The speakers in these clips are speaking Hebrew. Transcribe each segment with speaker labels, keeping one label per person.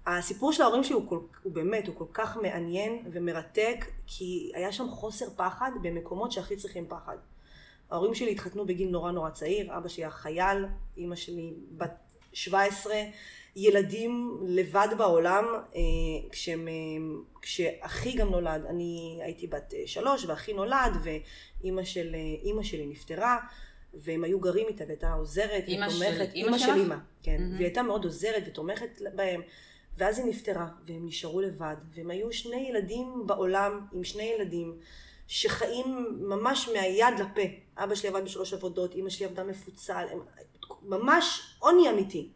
Speaker 1: הסיפור של ההורים שלי הוא באמת, הוא כל כך מעניין ומרתק, כי היה שם חוסר פחד במקומות שהכי צריכים פחד. ההורים שלי התחתנו בגיל נורא נורא צעיר, אבא שלי היה חייל, אמא שלי בת 17, ילדים לבד בעולם, כשאחי גם נולד, אני הייתי בת 3 ואחי נולד, ואמא שלי נפטרה, והם היו גרים איתה והייתה עוזרת ותומכת. אמא של אמא, כן. והיא הייתה מאוד עוזרת ותומכת בהם. ואז היא נפטרה, והם נשארו לבד, והם היו 2 ילדים בעולם עם 2 ילדים, שחיים ממש מהיד לפה. אבא שלי עבד ב3 עבודות, אמא שלי עבדה מפוצל, ממש עוני אמיתי.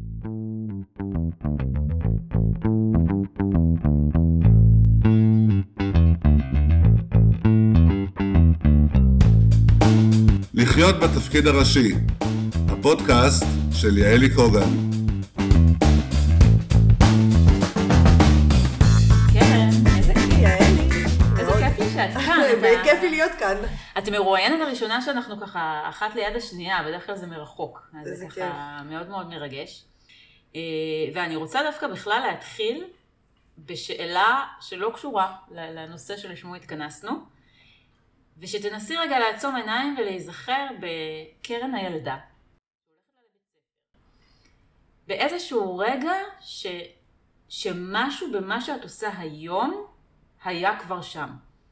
Speaker 2: לחיות בתפקיד הראשי, הפודקאסט של יעלי קוגן.
Speaker 1: וכיף לי להיות כאן.
Speaker 3: את מרואיינת הראשונה שאנחנו ככה אחת ליד השנייה, בדרך כלל זה מרחוק.
Speaker 1: זה
Speaker 3: ככה מאוד מאוד מרגש. ואני רוצה דווקא בכלל להתחיל בשאלה שלא קשורה לנושא שלשמו התכנסנו, ושתנסי רגע לעצום עיניים ולהיזכר בקרן הילדה. באיזשהו רגע שמשהו במה שאת עושה היום היה כבר שם.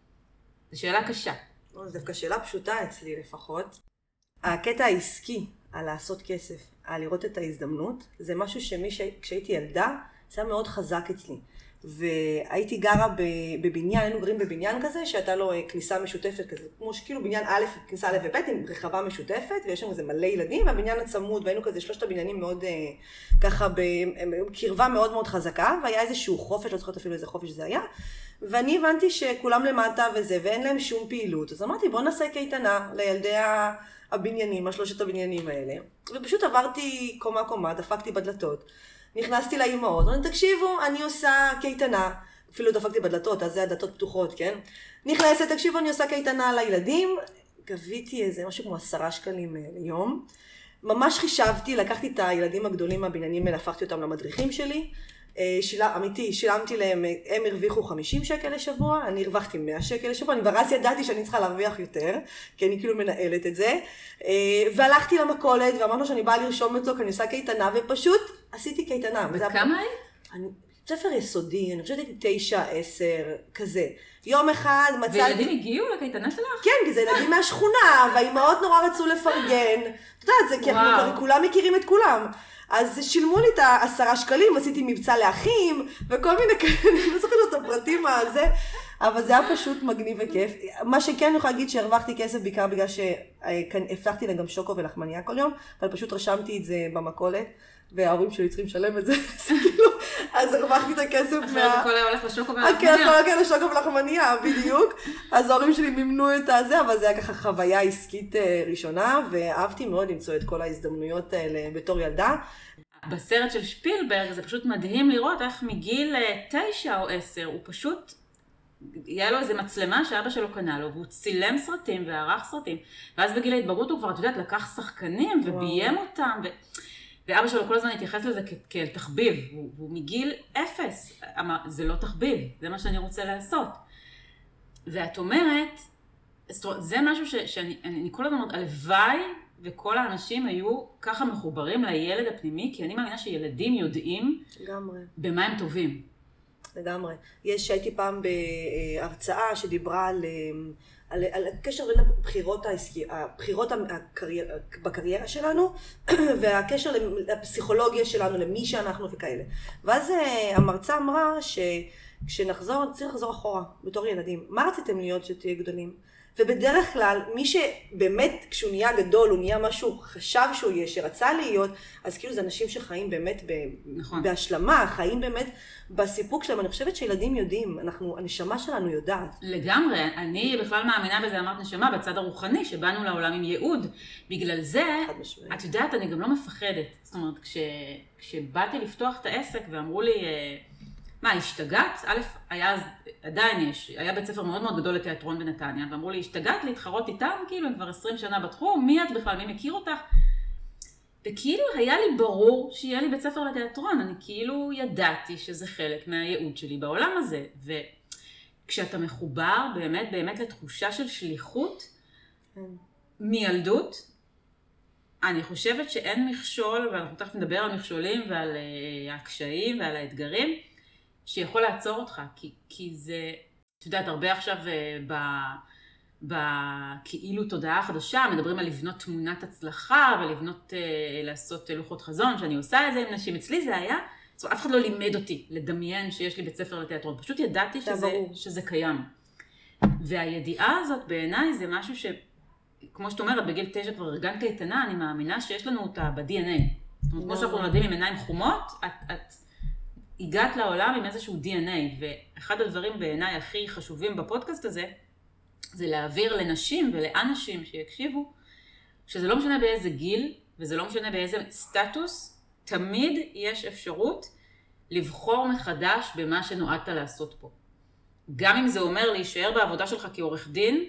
Speaker 3: זו שאלה קשה.
Speaker 1: זו דווקא שאלה פשוטה אצלי לפחות. הקטע העסקי על לעשות כסף, על לראות את ההזדמנות, זה משהו כשהייתי ילדה, זה היה מאוד חזק אצלי. והייתי גרה בבניין, היינו גרים בבניין כזה, שהייתה לו כניסה משותפת כזה, כמו שכאילו בניין א', כניסה א' וב' עם רחבה משותפת, ויש שם איזה מלא ילדים, והבניין הצמוד, והיינו כזה 3 הבניינים מאוד ככה, בקרבה מאוד מאוד חזקה, והיה איזשהו חופש, לא זוכרת אפילו איזה חופש זה היה, ואני הבנתי שכולם למטה וזה, ואין להם שום פעילות, אז אמרתי בוא נעשה קייטנה לילדי הבניינים, 3 הבניינים האלה, ופשוט עברתי קומה, דפקתי בדלתות, נכנסתי לאימהות, אמרתי, תקשיבו, אני עושה קייטנה, אפילו דפקתי בדלתות, אז זה הדלתות פתוחות, כן? נכנסת, תקשיבו, אני עושה קייטנה לילדים, גביתי איזה משהו כמו 10 שקלים ליום, ממש חישבתי, לקחתי את הילדים הגדולים מהבניינים האלה, הפכתי אותם למדריכים שלי, אמיתי, שילמתי להם, הם הרוויחו 50 שקל לשבוע, אני הרווחתי 100 שקל לשבוע, אני ברס ידעתי שאני צריכה להרוויח יותר, כי אני כאילו מנהלת את זה, והלכתי למכולת ואמרנו שאני באה לרשום את זה, כי אני עושה קייטנה, ופשוט עשיתי קייטנה.
Speaker 3: וכמה היא?
Speaker 1: ספר יסודי, אני חושבת הייתי 9, 10, כזה. יום אחד מצאתי...
Speaker 3: וילדים הגיעו לקייטנה שלך?
Speaker 1: כן, כי זה ילדים מהשכונה, והאימהות נורא רצו לפרגן. את יודעת, זה כי אנחנו כולם מכירים את כולם. אז שילמו לי את 10 שקלים, עשיתי מבצע לאחים, וכל מיני כאלה, אני לא זוכרת את הפרטים הזה, אבל זה היה פשוט מגניב וכיף. מה שכן אני יכולה להגיד שהרווחתי כסף בעיקר בגלל שהבטחתי להם גם שוקו ולחמניה כל יום, אבל פשוט רשמתי את זה במכולת, וההורים שלי צריכים לשלם את זה, אז הרווחתי את הכסף
Speaker 3: אחרת הכל היה הולך לשוקו ולחמניה.
Speaker 1: כן, הכל היה לשוקו ולחמניה, בדיוק. אז ההורים שלי מימנו את זה, אבל זה היה ככה חוויה עסקית ראשונה, ואהבתי מאוד למצוא את כל ההזדמנויות האלה בתור ילדה.
Speaker 3: בסרט של שפילברג זה פשוט מדהים לראות איך מגיל 9 או 10 הוא פשוט, היה לו איזה מצלמה שאבא שלו קנה לו, והוא צילם סרטים וערך סרטים, ואז בגיל ההתבגרות הוא כבר, את יודעת, לקח שחקנים וביים אותם, ואבא שלו כל הזמן התייחס לזה כאל תחביב, והוא מגיל 0, אמר, זה לא תחביב, זה מה שאני רוצה לעשות. ואת אומרת, זה משהו שאני כל הזמן אומרת, הלוואי, וכל האנשים היו ככה מחוברים לילד הפנימי, כי אני מאמינה שילדים יודעים במה הם טובים.
Speaker 1: לגמרי. הייתי פעם בהרצאה שדיברה על הקשר בין הבחירות בקריירה שלנו, והקשר לפסיכולוגיה שלנו, למי שאנחנו וכאלה. ואז המרצה אמרה שכשנחזור, צריך לחזור אחורה בתור ילדים. מה רציתם להיות שתהיה גדולים? ובדרך כלל, מי שבאמת, כשהוא נהיה גדול, הוא נהיה משהו, חשב שהוא יהיה, שרצה להיות, אז כאילו זה אנשים שחיים באמת בהשלמה, חיים באמת בסיפוק שלהם. אני חושבת שילדים יודעים, הנשמה שלנו יודעת.
Speaker 3: לגמרי, אני בכלל מאמינה בזה, אמרת נשמה, בצד הרוחני, שבאנו לעולם עם ייעוד. בגלל זה, את יודעת, אני גם לא מפחדת. זאת אומרת, כשבאתי לפתוח את העסק ואמרו לי, מה, השתגעת? א', עדיין היה בית ספר מאוד מאוד גדול לתיאטרון בנתניה, ואמרו לי, השתגעת להתחרות איתם, כאילו, הם כבר 20 שנה בתחום, מי את בכלל, מי מכיר אותך? וכאילו היה לי ברור שיהיה לי בית ספר לתיאטרון, אני כאילו ידעתי שזה חלק מהייעוד שלי בעולם הזה, וכשאתה מחובר באמת באמת לתחושה של שליחות מילדות, אני חושבת שאין מכשול, ואנחנו תכף נדבר על מכשולים ועל הקשיים ועל האתגרים, שיכול לעצור אותך, כי זה, את יודעת, הרבה עכשיו בכאילו תודעה חדשה, מדברים על לבנות תמונת הצלחה, ולבנות, לעשות לוחות חזון, שאני עושה את זה עם נשים. אצלי זה היה, זאת אומרת, אף אחד לא לימד אותי לדמיין שיש לי בית ספר לתיאטרון, פשוט ידעתי שזה קיים. והידיעה הזאת בעיניי זה משהו ש, כמו שאת אומרת, בגיל 9 כבר ארגן קייטנה, אני מאמינה שיש לנו אותה ב-DNA. זאת אומרת, כמו שאנחנו נולדים עם עיניים חומות, את הגעת לעולם עם איזשהו DNA, ואחד הדברים בעיניי הכי חשובים בפודקאסט הזה, זה להעביר לנשים ולאנשים שיקשיבו, שזה לא משנה באיזה גיל, וזה לא משנה באיזה סטטוס, תמיד יש אפשרות לבחור מחדש במה שנועדת לעשות פה. גם אם זה אומר להישאר בעבודה שלך כעורך דין,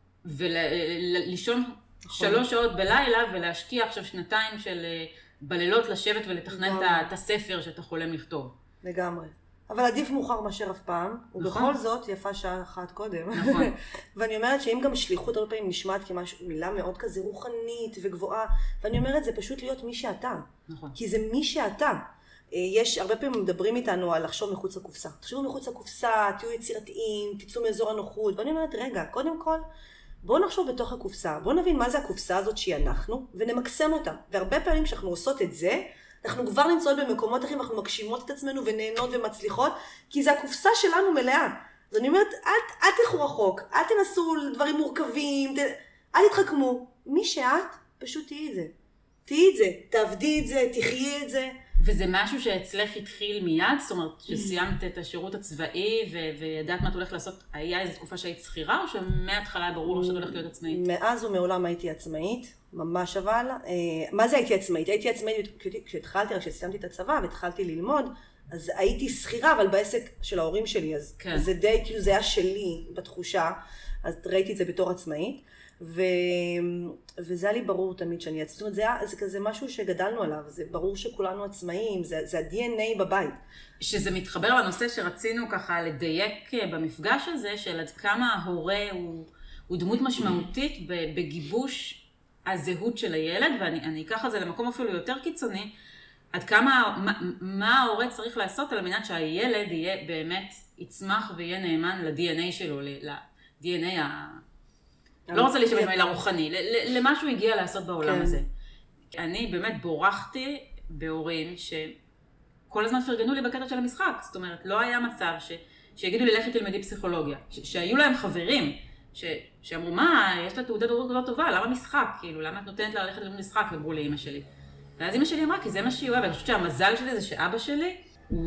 Speaker 3: ולישון 3 שעות בלילה, ולהשקיע עכשיו 2 של בלילות לשבת ולתכנן את הספר שאתה חולם לכתוב.
Speaker 1: לגמרי. אבל עדיף מאוחר מאשר אף פעם, ובכל זאת יפה שעה אחת קודם.
Speaker 3: נכון.
Speaker 1: ואני אומרת שאם גם שליחות הרבה פעמים נשמעת כמילה מאוד כזה רוחנית וגבוהה, ואני אומרת זה פשוט להיות מי שאתה.
Speaker 3: נכון.
Speaker 1: כי זה מי שאתה. יש, הרבה פעמים מדברים איתנו על לחשוב מחוץ לקופסה. תחשבו מחוץ לקופסה, תהיו יצירתיים, תצאו מאזור הנוחות, ואני אומרת רגע, קודם כל, בואו נחשוב בתוך הקופסה, בואו נבין מה זה הקופסה הזאת שהיא אנחנו, ונמקסם אותה. והרבה פעמים כשאנחנו עושות את זה, אנחנו כבר נמצאות במקומות אחרים, אנחנו מגשימות את עצמנו ונהנות ומצליחות, כי זה הקופסה שלנו מלאה. אז אני אומרת, אל תלכו רחוק, אל תנסו דברים מורכבים, אל תתחכמו. מי שאת, פשוט תהיי את זה. תהיי את זה, תעבדי את זה, תחיי את זה.
Speaker 3: וזה משהו שאצלך התחיל מיד? זאת אומרת, שסיימת את השירות הצבאי וידעת מה את הולכת לעשות, היה איזו תקופה שהיית שכירה, או שמההתחלה ברור לך שאת הולכת להיות עצמאית?
Speaker 1: מאז ומעולם הייתי עצמאית, ממש אבל. מה זה הייתי עצמאית? הייתי עצמאית כשהתחלתי, רק כשסיימתי את הצבא והתחלתי ללמוד, אז הייתי שכירה, אבל בעסק של ההורים שלי, אז כן. זה די, כאילו זה היה שלי בתחושה, אז ראיתי את זה בתור עצמאית. וזה היה לי ברור תמיד שאני עצמאית, זאת אומרת, זה כזה משהו שגדלנו עליו, זה ברור שכולנו עצמאים, זה ה-DNA בבית.
Speaker 3: שזה מתחבר לנושא שרצינו ככה לדייק במפגש הזה, של עד כמה ההורה הוא דמות משמעותית בגיבוש הזהות של הילד, ואני אקח את זה למקום אפילו יותר קיצוני, עד כמה, מה ההורה צריך לעשות על מנת שהילד יהיה באמת יצמח ויהיה נאמן ל-DNA שלו, ל-DNA לא רוצה להשתמש במילה רוחני, למה שהוא הגיע לעשות בעולם הזה. אני באמת בורחתי בהורים שכל הזמן פרגנו לי בקטע של המשחק. זאת אומרת, לא היה מצב שיגידו לי לכי תלמדי פסיכולוגיה. שהיו להם חברים שאמרו, מה, יש לה תעודת בגרות לא טובה, למה משחק? כאילו, למה את נותנת לה ללכת ללמוד משחק? אמרו לאמא שלי. ואז אמא שלי אמרה, כי זה מה שהיא אוהבת. אני חושבת שהמזל שלי זה שאבא שלי,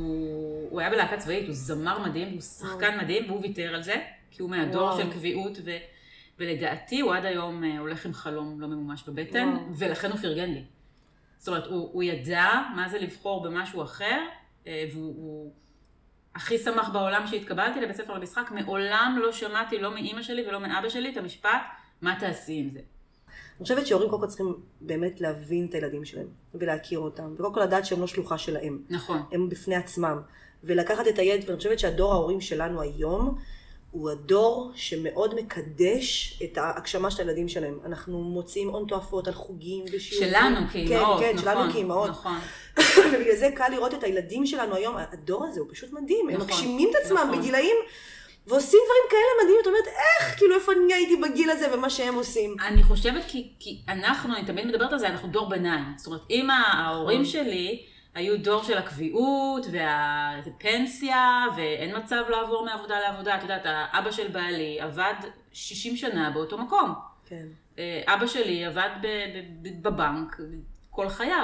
Speaker 3: הוא היה בלהקה צבאית, הוא זמר מדהים, הוא שחקן מדהים, והוא ויתר על זה, כי הוא מהדור של קביעות ולדעתי הוא עד היום הולך עם חלום לא ממומש בבטן, ולכן הוא פרגן לי. זאת אומרת, הוא ידע מה זה לבחור במשהו אחר, והוא הכי שמח בעולם שהתקבלתי לבית ספר למשחק, מעולם לא שמעתי לא מאמא שלי ולא מאבא שלי את המשפט, מה תעשי עם זה?
Speaker 1: אני חושבת שהורים קודם כל צריכים באמת להבין את הילדים שלהם, ולהכיר אותם, וקודם כל לדעת שהם לא שלוחה שלהם.
Speaker 3: נכון. הם
Speaker 1: בפני עצמם. ולקחת את הילד, ואני חושבת שהדור ההורים שלנו היום, הוא הדור שמאוד מקדש את ההגשמה של הילדים שלהם. אנחנו מוצאים הון תועפות על חוגים ושיעורים.
Speaker 3: שלנו כאימהות,
Speaker 1: כן,
Speaker 3: נכון,
Speaker 1: שלנו כאימהות.
Speaker 3: נכון.
Speaker 1: ובגלל זה קל לראות את הילדים שלנו היום. הדור הזה הוא פשוט מדהים.
Speaker 3: נכון,
Speaker 1: הם מגשימים את עצמם
Speaker 3: נכון.
Speaker 1: בגילאים, ועושים דברים כאלה מדהים. את אומרת, איך? כאילו, איפה אני הייתי בגיל הזה ומה שהם עושים?
Speaker 3: אני חושבת כי אנחנו, אני תמיד מדברת על זה, אנחנו דור ביניים. זאת אומרת, אם ההורים שלי היו דור של הקביעות והפנסיה, ואין מצב לעבור מעבודה לעבודה. את יודעת, האבא של בעלי עבד 60 שנה באותו מקום.
Speaker 1: כן.
Speaker 3: אבא שלי עבד בבנק כל חייו.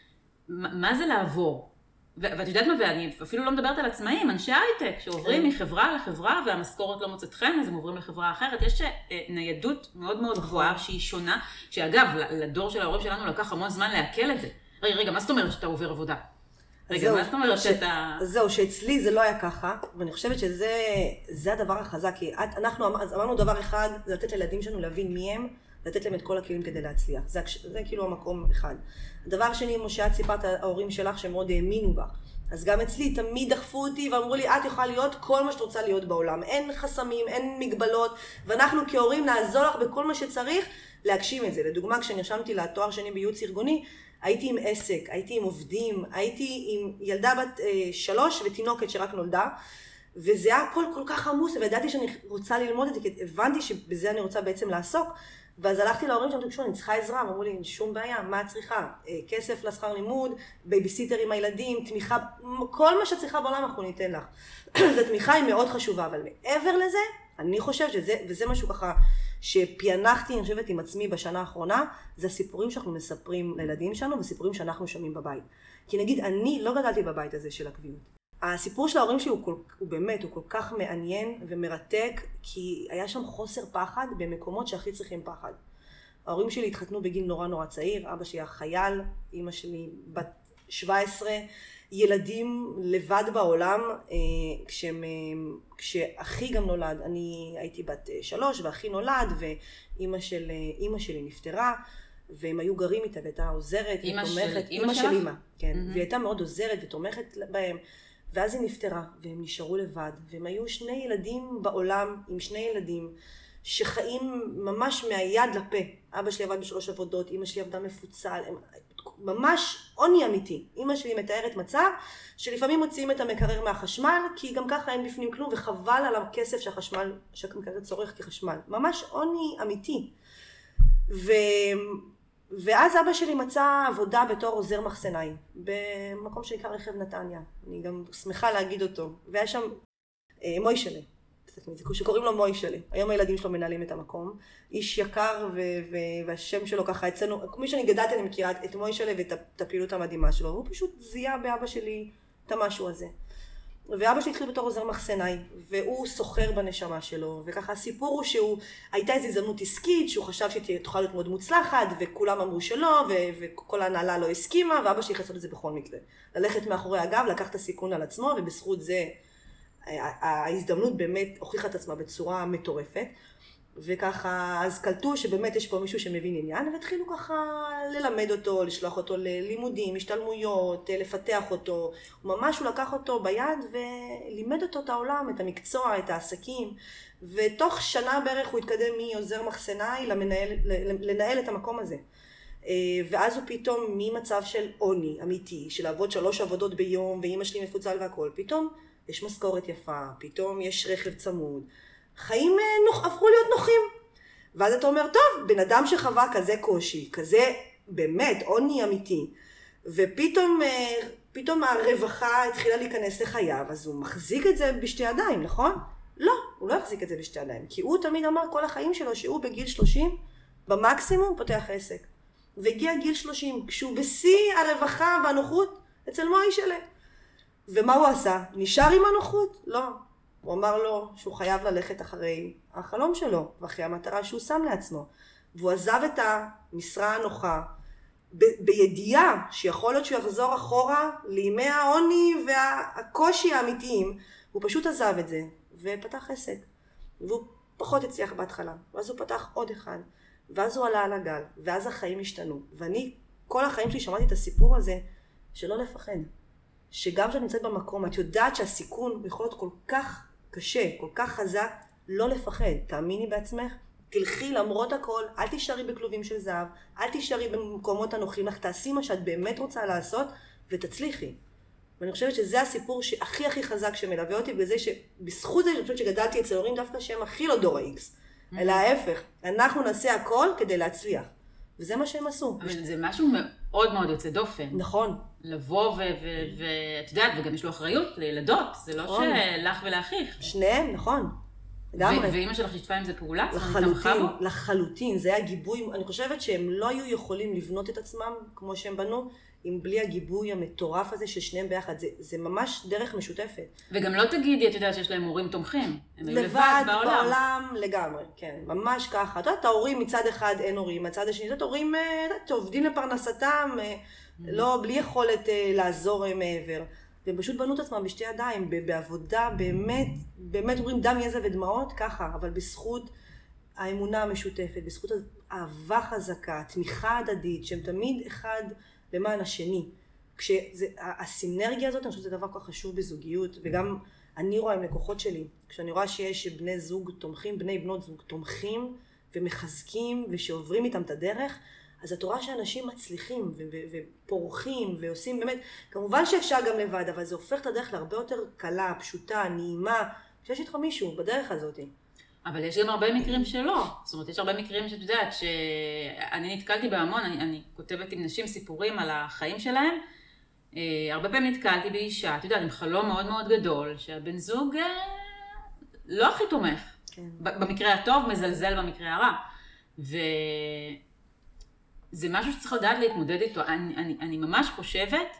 Speaker 3: מה זה לעבור? ואת יודעת מה, ואני אפילו לא מדברת על עצמאים, אנשי הייטק, שעוברים מחברה לחברה, והמשכורת לא מוצאת חן, אז הם עוברים לחברה אחרת. יש ניידות מאוד מאוד גבוהה שהיא שונה, שאגב, לדור של ההורים שלנו לקח המון זמן להקל את זה. רגע, מה זאת אומרת שאתה עובר עבודה? רגע, מה זאת אומרת שאתה...
Speaker 1: זהו, שאצלי זה לא היה ככה, ואני חושבת שזה הדבר החזק, כי אנחנו אמרנו דבר אחד, זה לתת לילדים שלנו להבין מי הם, לתת להם את כל הכלים כדי להצליח. זה כאילו המקום אחד. הדבר שני, כמו שאת סיפרת, ההורים שלך שמאוד האמינו בה. אז גם אצלי תמיד דחפו אותי ואמרו לי, את יכולה להיות כל מה שאת רוצה להיות בעולם. אין חסמים, אין מגבלות, ואנחנו כהורים נעזור לך בכל מה שצריך להגשים את זה. לדוגמה, כשנרשמתי לתואר שני בייעוץ ארגוני, הייתי עם עסק, הייתי עם עובדים, הייתי עם ילדה בת 3 ותינוקת שרק נולדה, וזה היה הכל כל כך עמוס, וידעתי שאני רוצה ללמוד את זה, כי הבנתי שבזה אני רוצה בעצם לעסוק, ואז הלכתי להורים שם, תקשור, אני צריכה עזרה, אמרו לי, שום בעיה, מה את צריכה? כסף לשכר לימוד, בייביסיטר עם הילדים, תמיכה, כל מה שצריכה בעולם אנחנו ניתן לך. זו תמיכה היא מאוד חשובה, אבל מעבר לזה, אני חושבת שזה, וזה משהו ככה, שפיינחתי, אני חושבת, עם עצמי בשנה האחרונה, זה הסיפורים שאנחנו מספרים לילדים שלנו, וסיפורים שאנחנו שומעים בבית. כי נגיד, אני לא גדלתי בבית הזה של הקביעות. הסיפור של ההורים שלי הוא באמת, הוא כל כך מעניין ומרתק, כי היה שם חוסר פחד במקומות שהכי צריכים פחד. ההורים שלי התחתנו בגיל נורא צעיר, אבא שלי היה חייל, אמא שלי בת 17, ילדים לבד בעולם, כשאחי גם נולד, אני הייתי בת 3 ואחי נולד, ואמא שלי נפטרה, והם היו גרים איתה והייתה עוזרת ותומכת. אמא של אמא, כן. והיא הייתה מאוד עוזרת ותומכת בהם. ואז היא נפטרה, והם נשארו לבד, והם היו 2 ילדים בעולם, עם 2 ילדים, שחיים ממש מהיד לפה. אבא שלי עבד ב3 עבודות, אמא שלי עבדה מפוצל, ממש עוני אמיתי. אמא שלי מתארת מצב, שלפעמים מוציאים את המקרר מהחשמל, כי גם ככה אין בפנים כלום, וחבל על הכסף שהמקרר צורך כחשמל. ממש עוני אמיתי. ואז אבא שלי מצא עבודה בתור עוזר מחסנאי, במקום שנקרא רכב נתניה. אני גם שמחה להגיד אותו. והיה שם מוישלה, שקוראים לו מוישלה. היום הילדים שלו מנהלים את המקום. איש יקר והשם שלו ככה אצלנו, כמו שאני גדלתי אני מכירה את מוישלה ואת הפעילות המדהימה שלו. והוא פשוט זיהה באבא שלי את המשהו הזה. ואבא שלי התחיל בתור עוזר מחסנאי, והוא סוחר בנשמה שלו, וככה הסיפור הוא שהוא, הייתה איזו הזדמנות עסקית, שהוא חשב שתוכל להיות מאוד מוצלחת, וכולם אמרו שלא, וכל ההנהלה לא הסכימה, ואבא שלי חסות את זה בכל מקרה. ללכת מאחורי הגב, לקח את הסיכון על עצמו, ובזכות זה ההזדמנות באמת הוכיחה את עצמה בצורה מטורפת, וככה אז קלטו שבאמת יש פה מישהו שמבין עניין, והתחילו ככה ללמד אותו, לשלוח אותו ללימודים, השתלמויות, לפתח אותו. ממש הוא לקח אותו ביד ולימד אותו את העולם, את המקצוע, את העסקים. ותוך שנה בערך הוא התקדם מעוזר מחסנאי לנהל את המקום הזה. ואז הוא פתאום ממצב של עוני אמיתי, של לעבוד 3 עבודות ביום, ואמא שלי מפוצל והכל, פתאום יש משכורת יפה, פתאום יש רכב צמוד. חיים הפכו להיות נוחים. ואז אתה אומר, טוב, בן אדם שחווה כזה קושי, כזה באמת עוני אמיתי, ופתאום הרווחה התחילה להיכנס לחייו, אז הוא מחזיק את זה בשתי ידיים, נכון? לא, הוא לא יחזיק את זה בשתי ידיים, כי הוא תמיד אמר כל החיים שלו שהוא בגיל 30, במקסימום פותח עסק. והגיע גיל 30, כשהוא בשיא הרווחה והנוחות אצל מוישלה. ומה הוא עשה? נשאר עם הנוחות? לא. הוא אמר לו שהוא חייב ללכת אחרי החלום שלו, ואחרי המטרה שהוא שם לעצמו. והוא עזב את המשרה הנוחה, בידיעה שיכול להיות שהוא יחזור אחורה לימי העוני והקושי האמיתיים. הוא פשוט עזב את זה, ופתח עסק. והוא פחות הצליח בהתחלה. ואז הוא פתח עוד אחד. ואז הוא עלה על הגל, ואז החיים השתנו. ואני, כל החיים שלי שמעתי את הסיפור הזה, שלא לפחד. שגם כשאת נמצאת במקום, את יודעת שהסיכון יכול להיות כל כך קשה, כל כך חזק, לא לפחד. תאמיני בעצמך, תלכי למרות הכל, אל תישארי בכלובים של זהב, אל תישארי במקומות הנוחים לך, תעשי מה שאת באמת רוצה לעשות, ותצליחי. ואני חושבת שזה הסיפור שהכי חזק שמלווה אותי, בזה שבזכות זה אני חושבת שגדלתי אצל הורים דווקא שהם הכי לא דור ה-X, אלא ההפך, אנחנו נעשה הכל כדי להצליח. וזה מה שהם עשו.
Speaker 3: אבל זה משהו מאוד מאוד יוצא דופן.
Speaker 1: נכון.
Speaker 3: לבוא ואת יודעת, וגם יש לו אחריות לילדות, זה לא שלך ולאחיך.
Speaker 1: שניהם, נכון.
Speaker 3: ואמא שלך שיתפה עם זה פעולה?
Speaker 1: לחלוטין, זה היה גיבוי, אני חושבת שהם לא היו יכולים לבנות את עצמם כמו שהם בנו, אם בלי הגיבוי המטורף הזה ששניהם ביחד, זה ממש דרך משותפת.
Speaker 3: וגם לא תגידי, את יודעת שיש להם הורים תומכים, הם היו
Speaker 1: לבד בעולם לגמרי, כן, ממש ככה. את יודעת, ההורים מצד אחד אין הורים, מצד השני, את יודעת, הורים עובדים לפרנסתם, לא, בלי יכולת לעזור מעבר. והם פשוט בנו את עצמם בשתי ידיים, בעבודה באמת אומרים דם, יזע ודמעות, ככה, אבל בזכות האמונה המשותפת, בזכות אהבה חזקה, תמיכה הדדית, שהם תמיד אחד למען השני. הסינרגיה הזאת, אני חושבת שזה דבר כל כך חשוב בזוגיות, וגם אני רואה עם לקוחות שלי, כשאני רואה שיש בני זוג תומכים, בני בנות זוג תומכים ומחזקים ושעוברים איתם את הדרך, אז את רואה שאנשים מצליחים ופורחים ועושים באמת, כמובן שאפשר גם לבד, אבל זה הופך את הדרך להרבה יותר קלה, פשוטה, נעימה, כשיש איתך מישהו בדרך הזאת.
Speaker 3: אבל יש גם הרבה מקרים שלא. זאת אומרת, יש הרבה מקרים שאת יודעת שאני נתקלתי בהמון, אני כותבת עם נשים סיפורים על החיים שלהם, הרבה פעמים נתקלתי באישה, את יודעת, עם חלום מאוד מאוד גדול, שהבן זוג לא הכי תומך. כן. במקרה הטוב, מזלזל במקרה הרע. וזה משהו שצריך לדעת להתמודד איתו. אני ממש חושבת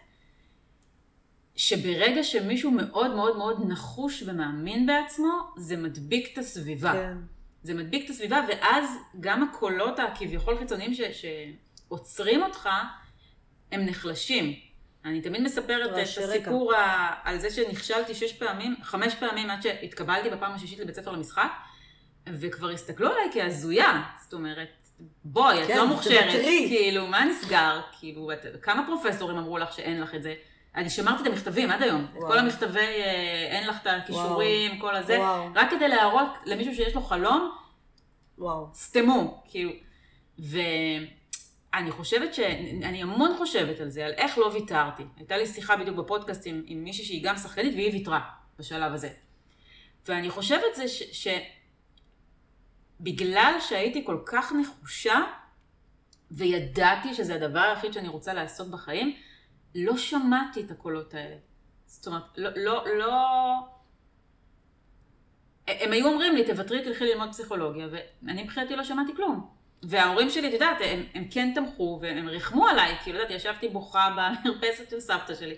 Speaker 3: שברגע שמישהו מאוד מאוד מאוד נחוש ומאמין בעצמו, זה מדביק את הסביבה. כן. זה מדביק את הסביבה, ואז גם הקולות הכביכול חיצוניים שעוצרים אותך, הם נחלשים. אני תמיד מספרת את הסיפור על זה שנכשלתי 5 פעמים עד שהתקבלתי בפעם השישית לבית ספר למשחק, וכבר הסתכלו עליי כהזויה. זאת אומרת, בואי, את לא מוכשרת, כאילו, מה נסגר? כאילו, כמה פרופסורים אמרו לך שאין לך את זה? אני שמרתי את המכתבים עד היום, את כל המכתבי, אין לך את הכישורים, כל הזה, רק כדי להראות למישהו שיש לו חלום, סתמו, כאילו. ואני חושבת אני המון חושבת על זה, על איך לא ויתרתי. הייתה לי שיחה בדיוק בפודקאסט עם מישהי שהיא גם שחקנית, והיא ויתרה בשלב הזה. ואני חושבת זה בגלל שהייתי כל כך נחושה, וידעתי שזה הדבר היחיד שאני רוצה לעשות בחיים, לא שמעתי את הקולות האלה. זאת אומרת, לא... הם היו אומרים לי, תוותרי, תלכי ללמוד פסיכולוגיה, ואני מבחינתי לא שמעתי כלום. וההורים שלי, את יודעת, הם כן תמכו, והם ריחמו עליי, כאילו, יודעת, ישבתי בוכה במרפסת של סבתא שלי.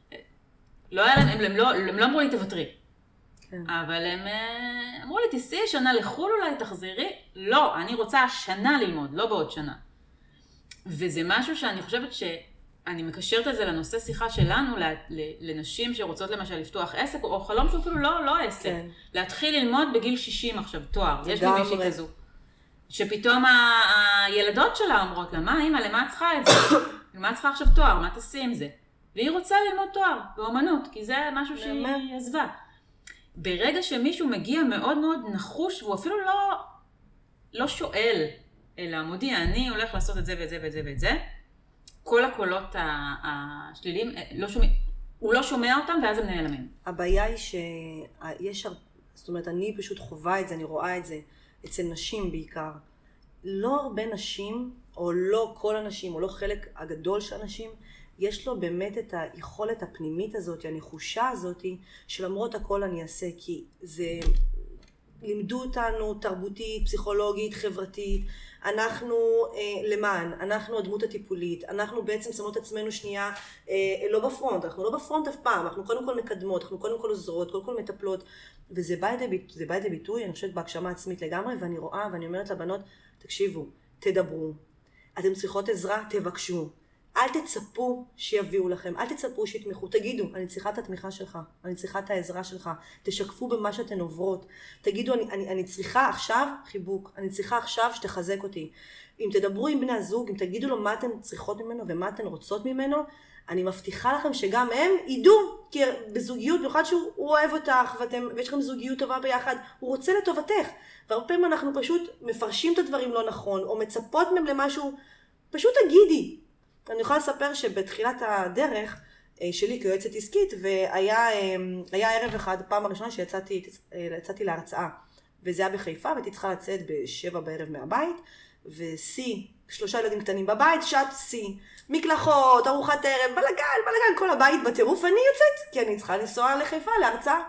Speaker 3: לא היה להם, הם לא אמרו לי, תוותרי. כן. אבל הם אמרו לי, תיסעי שנה לחול אולי, תחזרי. לא, אני רוצה שנה ללמוד, לא בעוד שנה. וזה משהו שאני חושבת אני מקשרת את זה לנושא שיחה שלנו, לנשים שרוצות למשל לפתוח עסק, או חלום שהוא אפילו לא עסק. כן. להתחיל ללמוד בגיל 60 עכשיו, תואר. יש לי מישהי כזו. שפתאום הילדות שלה אומרות לה, מה אמא, למה את צריכה את זה? למה את צריכה עכשיו תואר? מה תעשי עם זה? והיא רוצה ללמוד תואר באומנות, כי זה משהו שהיא עזבה. ברגע שמישהו מגיע מאוד מאוד נחוש, והוא אפילו לא שואל, אלא מודיע, אני הולך לעשות את זה ואת זה ואת זה ואת זה, כל הקולות השליליים, הוא לא שומע אותם ואז הם נעלמים.
Speaker 1: הבעיה היא שיש, זאת אומרת, אני פשוט חווה את זה, אני רואה את זה, אצל נשים בעיקר. לא הרבה נשים, או לא כל הנשים, או לא חלק הגדול של הנשים, יש לו באמת את היכולת הפנימית הזאת, הנחושה הזאת, שלמרות הכל אני אעשה, כי זה לימדו אותנו תרבותית, פסיכולוגית, חברתית, אנחנו למען, אנחנו הדמות הטיפולית, אנחנו בעצם שמות עצמנו שנייה לא בפרונט, אנחנו לא בפרונט אף פעם, אנחנו קודם כל מקדמות, אנחנו קודם כל עוזרות, קודם כל מטפלות, וזה בא לידי ביטוי, אני חושבת בהגשמה עצמית לגמרי, ואני רואה ואני אומרת לבנות, תקשיבו, תדברו, אתם צריכות עזרה, תבקשו, אל תצפו שיביאו לכם, אל תצפו שיתמכו, תגידו, אני צריכה את התמיכה שלך, אני צריכה את העזרה שלך, תשקפו במה שאתן עוברות, תגידו, אני צריכה עכשיו חיבוק, אני צריכה עכשיו שתחזק אותי. אם תדברו עם בני הזוג, אם תגידו לו מה אתן צריכות ממנו ומה אתן רוצות ממנו, אני מבטיחה לכם שגם הם ידעו, כי בזוגיות, במיוחד שהוא אוהב אותך, ויש לכם זוגיות טובה ביחד, הוא רוצה לטובתך. והרבה פעמים אנחנו פשוט מפרשים את הדברים לא נכון, או מצפות מהם למשהו, פשוט תגידי. אני יכולה לספר שבתחילת הדרך שלי כיועצת עסקית, והיה ערב אחד, פעם הראשונה שיצאתי להרצאה, וזה היה בחיפה, והייתי צריכה לצאת ב7 בערב מהבית, ושיא, 3 ילדים קטנים בבית, שעת שיא, מקלחות, ארוחת ערב, בלגן, כל הבית בטירוף, ואני יוצאת, כי אני צריכה לנסוע לחיפה להרצאה.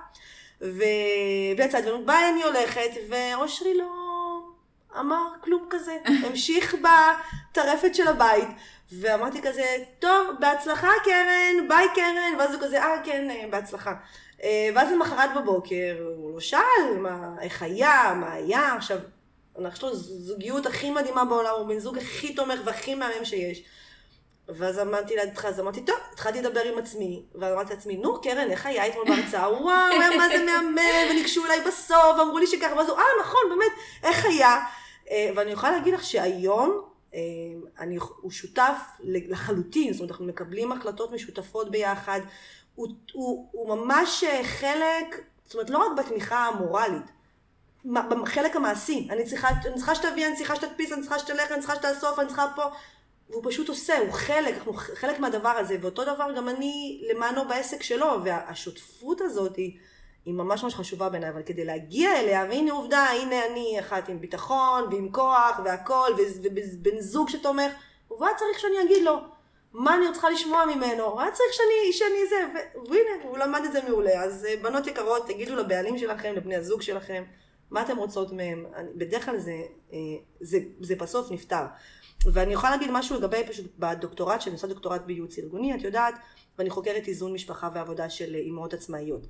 Speaker 1: ויצאתי, ביי אני הולכת, ואושרי לא אמר כלום כזה, המשיך בטרפת של הבית, ואמרתי כזה, טוב, בהצלחה קרן, ביי קרן, ואז הוא כזה, כן, בהצלחה. ואז למחרת בבוקר, הוא לא שאל, איך היה, מה היה, עכשיו, יש לו זוגיות הכי מדהימה בעולם, הוא בן זוג הכי תומך והכי מהמם שיש. ואז אמרתי לה, אז אמרתי, טוב, התחלתי לדבר עם עצמי, ואמרתי לעצמי, נו, קרן, איך היה אתמול בהרצאה? וואו, מה זה מהמם, וניגשו אליי בסוף, ואמרו לי שככה, ואז נכון, באמת, איך היה? ואני יכולה להגיד לך שהיום, הוא שותף לחלוטין, זאת אומרת, אנחנו מקבלים החלטות משותפות ביחד, הוא ממש חלק, זאת אומרת, לא רק בתמיכה המורלית, בחלק המעשי, אני צריכה שתביא, אני צריכה שתדפיס, אני צריכה שתלך, אני צריכה שתאסוף, אני צריכה פה, והוא פשוט עושה, הוא חלק מהדבר הזה, ואותו דבר גם אני למענו בעסק שלו, והשותפות הזאת היא ממש ממש חשובה בעיניי, אבל כדי להגיע אליה, והנה עובדה, הנה אני אחת עם ביטחון, ועם כוח, והכל, ובן זוג שתומך, הוא היה צריך שאני אגיד לו, מה אני צריכה לשמוע ממנו, הוא היה צריך שאני זה, והנה, הוא למד את זה מעולה, אז בנות יקרות, תגידו לבעלים שלכם, לבני הזוג שלכם, מה אתם רוצות מהם, בדרך כלל זה בסוף נפטר. ואני יכולה להגיד משהו לגבי פשוט בדוקטורט, שאני עושה דוקטורט בייעוץ ארגוני, את יודעת, ואני חוקרת איזון משפחה ועבודה של אימהות עצמאיות.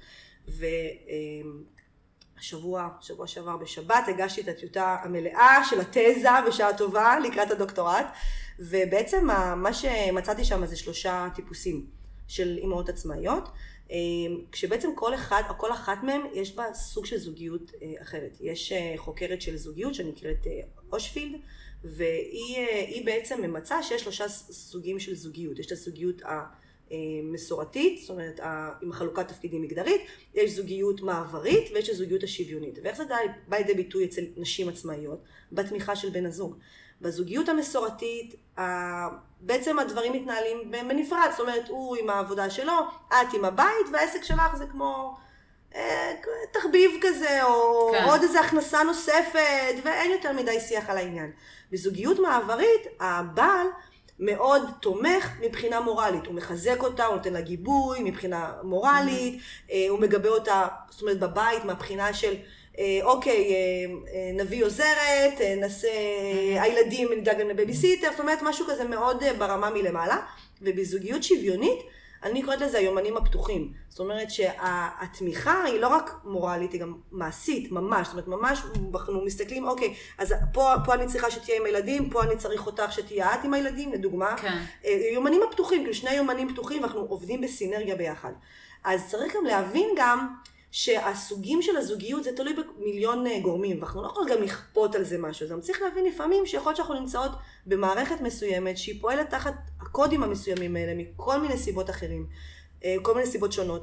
Speaker 1: שבוע שעבר בשבת הגשתי את הטיוטה המלאה של התזה בשעה טובה לקראת הדוקטורט, ובעצם מה שמצאתי שם זה 3 טיפוסים של אימהות עצמאיות, כשבעצם כל אחת מהם יש בה סוג של זוגיות אחרת. יש חוקרת של זוגיות שנקראת אושפילד, והיא בעצם ממצאה שיש 3 סוגים של זוגיות. יש את הזוגיות המסורתית, זאת אומרת, עם חלוקת תפקידים מגדרית, יש זוגיות מעברית ויש זוגיות השוויונית. ואיך זה בא לידי ביטוי אצל נשים עצמאיות? בתמיכה של בן הזוג. בזוגיות המסורתית, בעצם הדברים מתנהלים בנפרד, זאת אומרת, הוא עם העבודה שלו, את עם הבית, והעסק שלך זה כמו תחביב כזה, או כן. עוד איזו הכנסה נוספת, ואין יותר מדי שיח על העניין. בזוגיות מעברית, הבעל מאוד תומך מבחינה מורלית, הוא מחזק אותה, הוא נותן לה גיבוי מבחינה מורלית, הוא מגבה אותה, זאת אומרת, בבית, מהבחינה של אוקיי, נביא עוזרת, נעשה, הילדים נדאג להם לבייביסיטר, זאת אומרת, משהו כזה מאוד ברמה מלמעלה, ובזוגיות שוויונית, אני קוראת לזה היומנים הפתוחים. זאת אומרת שהתמיכה היא לא רק מורלית, היא גם מעשית, ממש. זאת אומרת, ממש אנחנו מסתכלים, אוקיי, אז פה אני צריכה שתהיה עם הילדים, פה אני צריך אותך שתהיה את עם הילדים, לדוגמה. כן. יומנים הפתוחים, כאילו 2 יומנים פתוחים, ואנחנו עובדים בסינרגיה ביחד. אז צריך גם להבין גם שהסוגים של הזוגיות זה תלוי במיליון גורמים, ואנחנו לא יכולים גם לכפות על זה משהו. אז צריך להבין לפעמים שיכול להיות שאנחנו נמצאות במערכת מסוימת שהיא פועלת תחת הקודים המסוימים האלה מכל מיני סיבות אחרים, כל מיני סיבות שונות.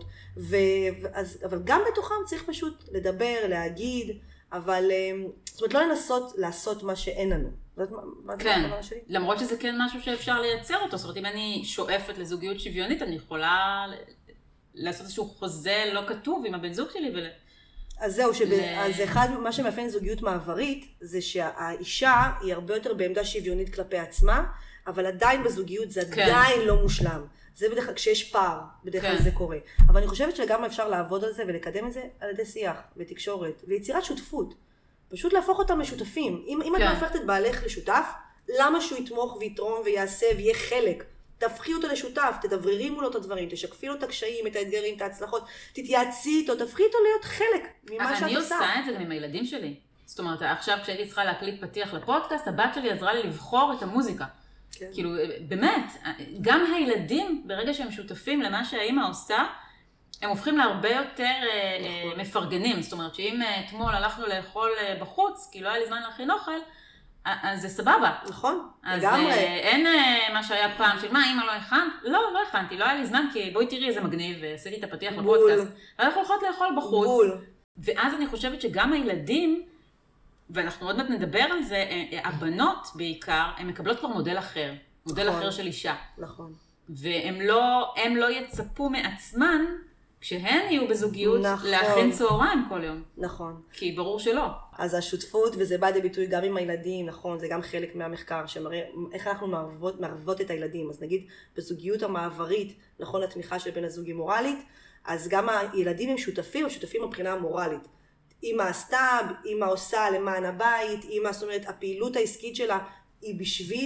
Speaker 1: אבל גם בתוכם צריך פשוט לדבר, להגיד, אבל זאת אומרת לא לנסות לעשות מה שאין לנו.
Speaker 3: כן, למרות שזה כן משהו שאפשר לייצר אותו. זאת אומרת, אם אני שואפת לזוגיות שוויונית, אני יכולה לעשות איזשהו חוזה לא כתוב עם הבן זוג שלי
Speaker 1: אז זהו, אז אחד, מה שמאפיין זוגיות מעברית, זה שהאישה היא הרבה יותר בעמדה שוויונית כלפי עצמה, אבל עדיין בזוגיות זה עדיין לא מושלם. זה בדרך כלל, כשיש פער, בדרך כלל זה קורה. אבל אני חושבת שגם אפשר לעבוד על זה ולקדם את זה על ידי שיח ותקשורת ויצירת שותפות. פשוט להפוך אותם לשותפים. אם אתה הופכת את בעלך לשותף, למה שהוא יתמוך ויתרום ויעשה ויהיה חלק? תפחי אותו לשותף, תדבררי מולו את הדברים, תשקפי לו את הקשיים, את האתגרים, את ההצלחות, תתייעצי איתו, תפחי אותו להיות חלק ממה שאת עושה.
Speaker 3: אני עושה את זה גם עם הילדים שלי. זאת אומרת, עכשיו כשהייתי צריכה להקליט פתיח לפודקאסט, הבת שלי עזרה לי לבחור את המוזיקה. כן. כאילו, באמת, גם הילדים, ברגע שהם שותפים למה שהאמא עושה, הם הופכים להרבה יותר מפרגנים. זאת אומרת, שאם אתמול הלכנו לאכול בחוץ, כי לא היה לי זמן להכין אוכל, אז זה סבבה.
Speaker 1: נכון,
Speaker 3: לגמרי. אז אין מה שהיה פעם של מה, אמא לא הכנת? לא הכנתי, לא היה לי זמן, כי בואי תראי איזה מגניב, ועשיתי את הפתיח לפודקאסט. ואנחנו הולכות לאכול בחוץ. ואז אני חושבת שגם הילדים, ואנחנו עוד מעט נדבר על זה, הבנות בעיקר, הן מקבלות כבר מודל אחר. מודל אחר של אישה. נכון. והם לא יצפו מעצמן, כשהן יהיו בזוגיות, להכין צהריים כל יום.
Speaker 1: נכון.
Speaker 3: כי ברור שלא.
Speaker 1: אז השותפות, וזה בא לביטוי גם עם הילדים, נכון, זה גם חלק מהמחקר, שמראה איך אנחנו מערבות את הילדים. אז נגיד, בזוגיות המעברית, נכון, התמיכה של בן הזוג היא מורלית, אז גם הילדים הם שותפים מבחינה המורלית. אמא עשתה, אמא עושה למען הבית, אמא, זאת אומרת, הפעילות העסקית שלה היא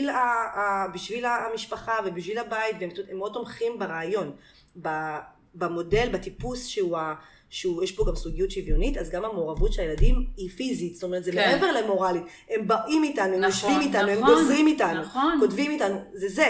Speaker 1: בשביל המשפחה ובשביל הבית, והם מאוד תומכים ברעיון. במודל, בטיפוס יש פה גם סוגיות שוויונית, אז גם המעורבות של הילדים היא פיזית, זאת אומרת, זה מעבר למורלית. הם באים איתנו, הם יושבים איתנו, הם גוזרים איתנו, כותבים איתנו, זה.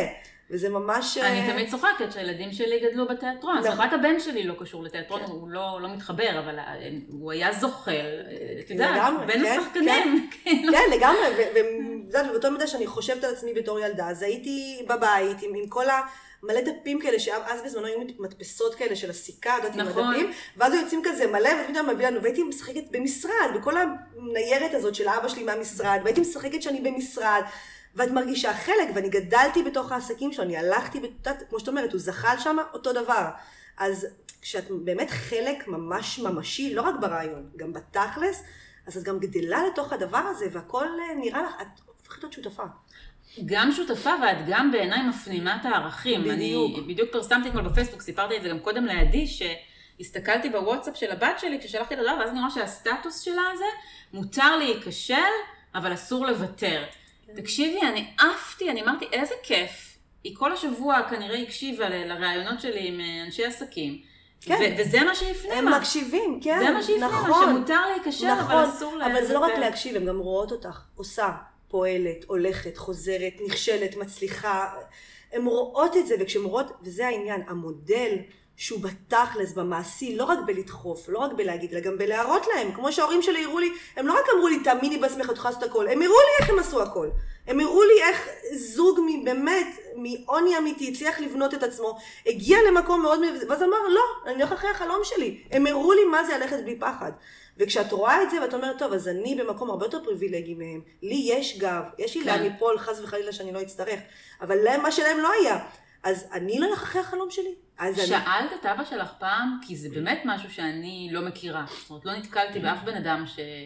Speaker 1: וזה ממש...
Speaker 3: אני תמיד צוחקת שהילדים שלי גדלו בתיאטרון, אז
Speaker 1: נכון.
Speaker 3: בת הבן שלי לא קשור לתיאטרון, הוא לא מתחבר, אבל הוא היה זוכל, אתה יודע, בין השחקנים.
Speaker 1: כן, לגמרי, ובאותו מידה שאני חושבת על עצמי בתור ילדה, אז הייתי בבית עם כל מלא דפים כאלה, שאז בזמנו היו מדפסות כאלה של הסיכה, עם הדפים, ואז היו יוצאים כזה מלא, ותמיד מביא לנו, והייתי משחקת במשרד, בכל הניירת הזאת של אבא שלי מהמשרד, והייתי משחקת שאני במשרד, ואת מרגישה חלק, ואני גדלתי בתוך העסקים שלו, אני הלכתי, כמו שאת אומרת, הוא זחל שם אותו דבר. אז כשאת באמת חלק ממש ממשי, לא רק ברעיון, גם בתכלס, אז את גם גדלה לתוך הדבר הזה, והכל נראה לך, את הופכת להיות שותפה.
Speaker 3: גם שותפה, ואת גם בעיניי מפנימה את הערכים.
Speaker 1: בדיוק.
Speaker 3: אני בדיוק פרסמתי אתמול בפייסבוק, סיפרתי את זה גם קודם לידי, שהסתכלתי בוואטסאפ של הבת שלי, כששלחתי לדבר, ואז אני רואה שהסטטוס שלה הזה, מותר להיכשל, אבל אסור לוותר. תקשיבי, אני עפתי, אני אמרתי, איזה כיף. היא כל השבוע כנראה הקשיבה לרעיונות שלי עם אנשי עסקים.
Speaker 1: כן.
Speaker 3: וזה מה שהפנימה.
Speaker 1: הם מקשיבים, כן.
Speaker 3: זה מה שהפנימה,
Speaker 1: נכון.
Speaker 3: שמותר להיכשל,
Speaker 1: נכון.
Speaker 3: אבל אסור לוותר.
Speaker 1: אבל זה לא רק להקשיב, הם גם רואות אותך, עושה, פועלת, הולכת, חוזרת, נכשלת, מצליחה. הן רואות את זה, וכשהן רואות, וזה העניין, המודל שהוא בתכלס, במעשי, לא רק בלדחוף, לא רק בלהגיד, אלא גם בלהראות להם. כמו שההורים שלי הראו לי, הם לא רק אמרו לי, תאמיני בעצמך, תוכל לעשות הכל, הם הראו לי איך הם עשו הכל. הם הראו לי איך זוג באמת, מעוני אמיתי, הצליח לבנות את עצמו, הגיע למקום מאוד, ואז אמר, לא, אני הולך אחרי החלום שלי. הם הראו לי מה זה ללכת בלי פחד. וכשאת רואה את זה, ואת אומרת, טוב, אז אני במקום הרבה יותר פריבילגי מהם, לי יש גב, יש לי לאן ליפול, חס וחלילה שאני לא אצטרך, אבל להם, מה שלהם לא היה. אז אני לא הולך אחרי החלום שלי.
Speaker 3: שאלת את אבא שלך פעם, כי זה באמת משהו שאני לא מכירה. זאת אומרת, לא נתקלתי באף בן אדם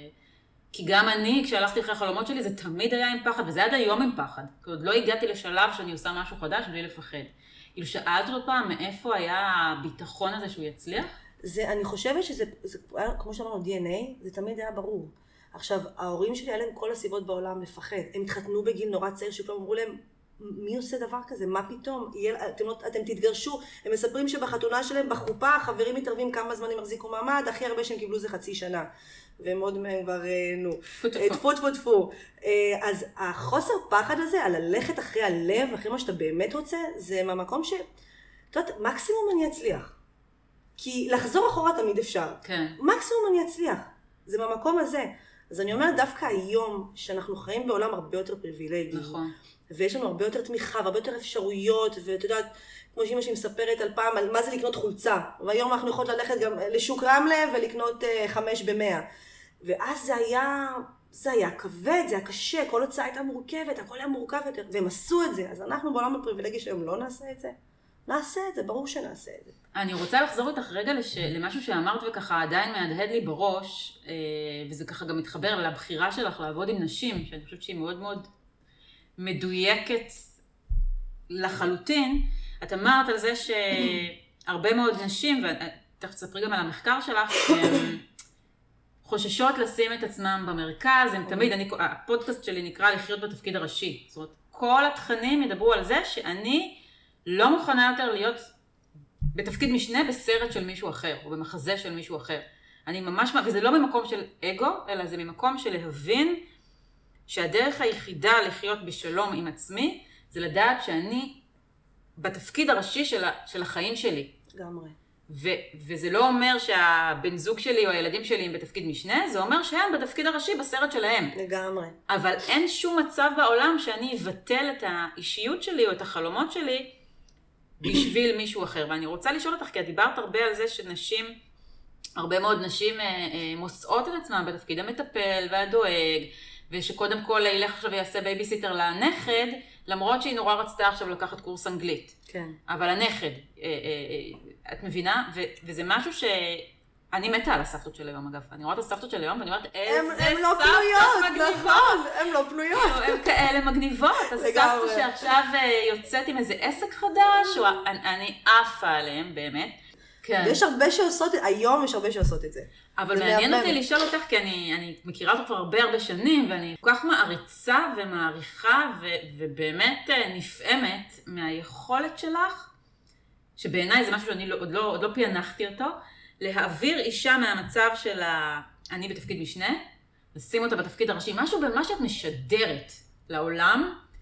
Speaker 3: כי גם אני, כשהלכתי אחרי החלומות שלי, זה תמיד היה עם פחד, וזה עד היום עם פחד. כי עוד לא הגעתי לשלב שאני עושה משהו חדש בלי לפחד. כאילו, שאלת עוד פעם, מאיפה היה הביטחון הזה שהוא יצליח?
Speaker 1: אני חושבת שזה, כמו שאמרנו, DNA, זה תמיד היה ברור. עכשיו, ההורים שלי היה להם כל הסיבות בעולם לפחד. הם התחתנו בגיל נורא צעיר, שכולם אמרו להם, מי עושה דבר כזה? מה פתאום? אתם תתגרשו. הם מספרים שבחתונה שלהם, בחופה, החברים מתערבים כמה זמן הם החזיקו מעמד, הכי הרבה שהם קיבלו זה חצי שנה. והם עוד מהם כבר, טפו. אז החוסר פחד הזה, על ללכת אחרי הלב, אחרי מה שאתה באמת רוצה, זה מהמקום את יודעת, מקסימום אני אצליח. כי לחזור אחורה תמיד אפשר.
Speaker 3: כן.
Speaker 1: מקסימום אני אצליח. זה מהמקום הזה. אז אני אומרת, דווקא היום, שאנחנו חיים בעולם הרבה יותר פריבילגי.
Speaker 3: נכון.
Speaker 1: ויש לנו הרבה יותר תמיכה, והרבה יותר אפשרויות, ואת יודעת, כמו שאמא שהיא מספרת על פעם, על מה זה לקנות חולצה. והיום אנחנו יכולות ללכת גם לשוק רמלה, ולקנות 5 ב-100. ואז זה היה כבד, זה היה קשה, כל הוצאה הייתה מורכבת, הכל היה מורכב יותר. והם עשו את זה. אז אנחנו בעולם הפריבילגי שהיום לא נעשה את זה. נעשה את זה, ברור שנעשה את זה.
Speaker 3: אני רוצה לחזור איתך רגע למשהו שאמרת וככה עדיין מהדהד לי בראש, וזה ככה גם מתחבר לבחירה שלך לעבוד עם נשים, שאני חושבת שהיא מאוד מאוד מדויקת לחלוטין. את אמרת על זה שהרבה מאוד נשים, ותכף תספרי גם על המחקר שלך, חוששות לשים את עצמם במרכז, הם תמיד, הפודקאסט שלי נקרא לחיות בתפקיד הראשי. זאת אומרת, כל התכנים ידברו על זה שאני לא מוכנה יותר להיות בתפקיד משנה בסרט של מישהו אחר, או במחזה של מישהו אחר. אני ממש, וזה לא ממקום של אגו, אלא זה ממקום של להבין שהדרך היחידה לחיות בשלום עם עצמי, זה לדעת שאני בתפקיד הראשי של החיים שלי.
Speaker 1: לגמרי.
Speaker 3: וזה לא אומר שהבן זוג שלי או הילדים שלי הם בתפקיד משנה, זה אומר שהם בתפקיד הראשי בסרט שלהם.
Speaker 1: לגמרי.
Speaker 3: אבל אין שום מצב בעולם שאני אבטל את האישיות שלי או את החלומות שלי בשביל מישהו אחר. ואני רוצה לשאול אותך, כי את דיברת הרבה על זה שנשים, הרבה מאוד נשים מוצאות את עצמם בתפקיד המטפל והדואג, ושקודם כל ילך עכשיו ויעשה בייביסיטר לנכד, למרות שהיא נורא רצתה עכשיו לקחת קורס אנגלית.
Speaker 1: כן.
Speaker 3: אבל הנכד, את מבינה? וזה משהו אני מתה על הסבתות של היום, אגב. אני רואה את הסבתות של היום, ואני אומרת, איזה סבתות מגניבות.
Speaker 1: הם לא פנויות, נכון, הם לא פנויות.
Speaker 3: הם כאלה מגניבות. הסבתות שעכשיו יוצאת עם איזה עסק חדש, אני עפה עליהם, באמת.
Speaker 1: ויש הרבה שעושות, היום יש הרבה שעושות את זה.
Speaker 3: אבל מעניין אותי לשאול אותך, כי אני מכירה אותו כבר הרבה שנים, ואני כל כך מעריצה ומעריכה, ובאמת נפעמת מהיכולת שלך, שבעיניי זה משהו שאני עוד לא פענחתי אותו, להעביר אישה מהמצב של אני בתפקיד משנה, לשים אותה בתפקיד הראשי, משהו במה שאת משדרת לעולם,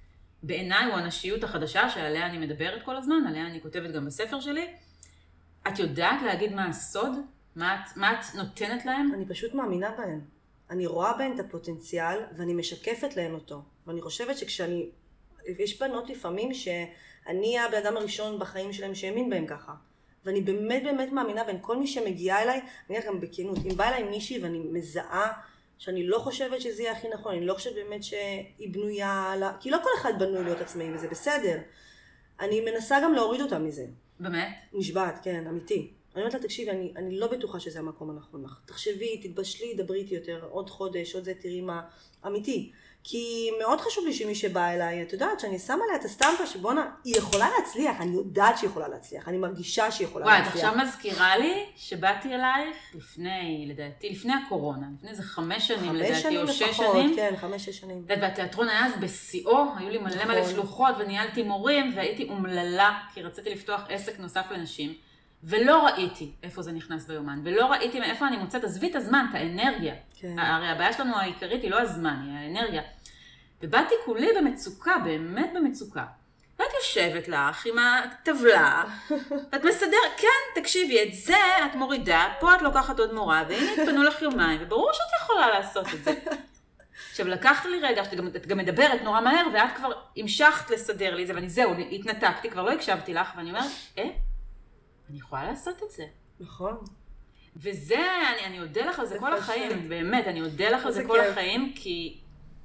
Speaker 3: בעיניי הוא הנשיות החדשה שעליה אני מדברת כל הזמן, עליה אני כותבת גם בספר שלי. את יודעת להגיד מה הסוד? מה את נותנת להם?
Speaker 1: אני פשוט מאמינה בהן. אני רואה בהן את הפוטנציאל ואני משקפת להן אותו. ואני חושבת יש בנות לפעמים שאני הבן אדם הראשון בחיים שלהם שהאמין בהם ככה. ואני באמת באמת מאמינה בין כל מי שמגיעה אליי, אני גם בכנות, אם בא אליי מישהי ואני מזהה שאני לא חושבת שזה יהיה הכי נכון, אני לא חושבת באמת שהיא בנויה, כי לא כל אחד בנוי להיות עצמאי וזה בסדר. אני מנסה גם להוריד אותה מזה.
Speaker 3: באמת?
Speaker 1: נשבעת, כן, אמיתי. אני אומרת לה, תקשיבי, אני לא בטוחה שזה המקום הנכון לך. תחשבי, תתבשלי, דברי איתי יותר, עוד חודש, עוד זה, תראי מה, אמיתי. כי מאוד חשוב לי שמי שבא אליי, את יודעת שאני שמה עליה את הסטמפה שבונה, היא יכולה להצליח, אני יודעת שהיא יכולה להצליח, אני מרגישה שהיא יכולה להצליח.
Speaker 3: וואי, עכשיו מזכירה לי שבאתי אלייך לפני הקורונה, לפני איזה 5 שנים לדעתי, או 6 שנים. 5 שנים לפחות, כן, 5-6 שנים. והתיאטרון היה אז בשיאו, היו לי מלא שלוחות וניהלתי מורים, והייתי אומללה, כי רציתי לפתוח עסק נוסף לנשים. ולא ראיתי איפה זה נכנס ביומן, ולא ראיתי מאיפה אני מוצאת, עזבי את הזמן, את האנרגיה. כן. הרי הבעיה שלנו העיקרית היא לא הזמן, היא האנרגיה. ובאתי כולי במצוקה, באמת במצוקה. ואת יושבת לך עם הטבלה, ואת מסדרת, כן, תקשיבי, את זה את מורידה, פה את לוקחת עוד מורה, והנה התפנו לך יומיים, וברור שאת יכולה לעשות את זה. עכשיו, לקח לי רגע, את גם מדברת נורא מהר, ואת כבר המשכת לסדר לי את זה, ואני זהו, התנתקתי, כבר לא הקשבתי לך, ואני אומרת, אני יכולה לעשות את זה.
Speaker 1: נכון.
Speaker 3: וזה, אני אודה לך על זה כל החיים, באמת, אני אודה לך על זה כל החיים, כי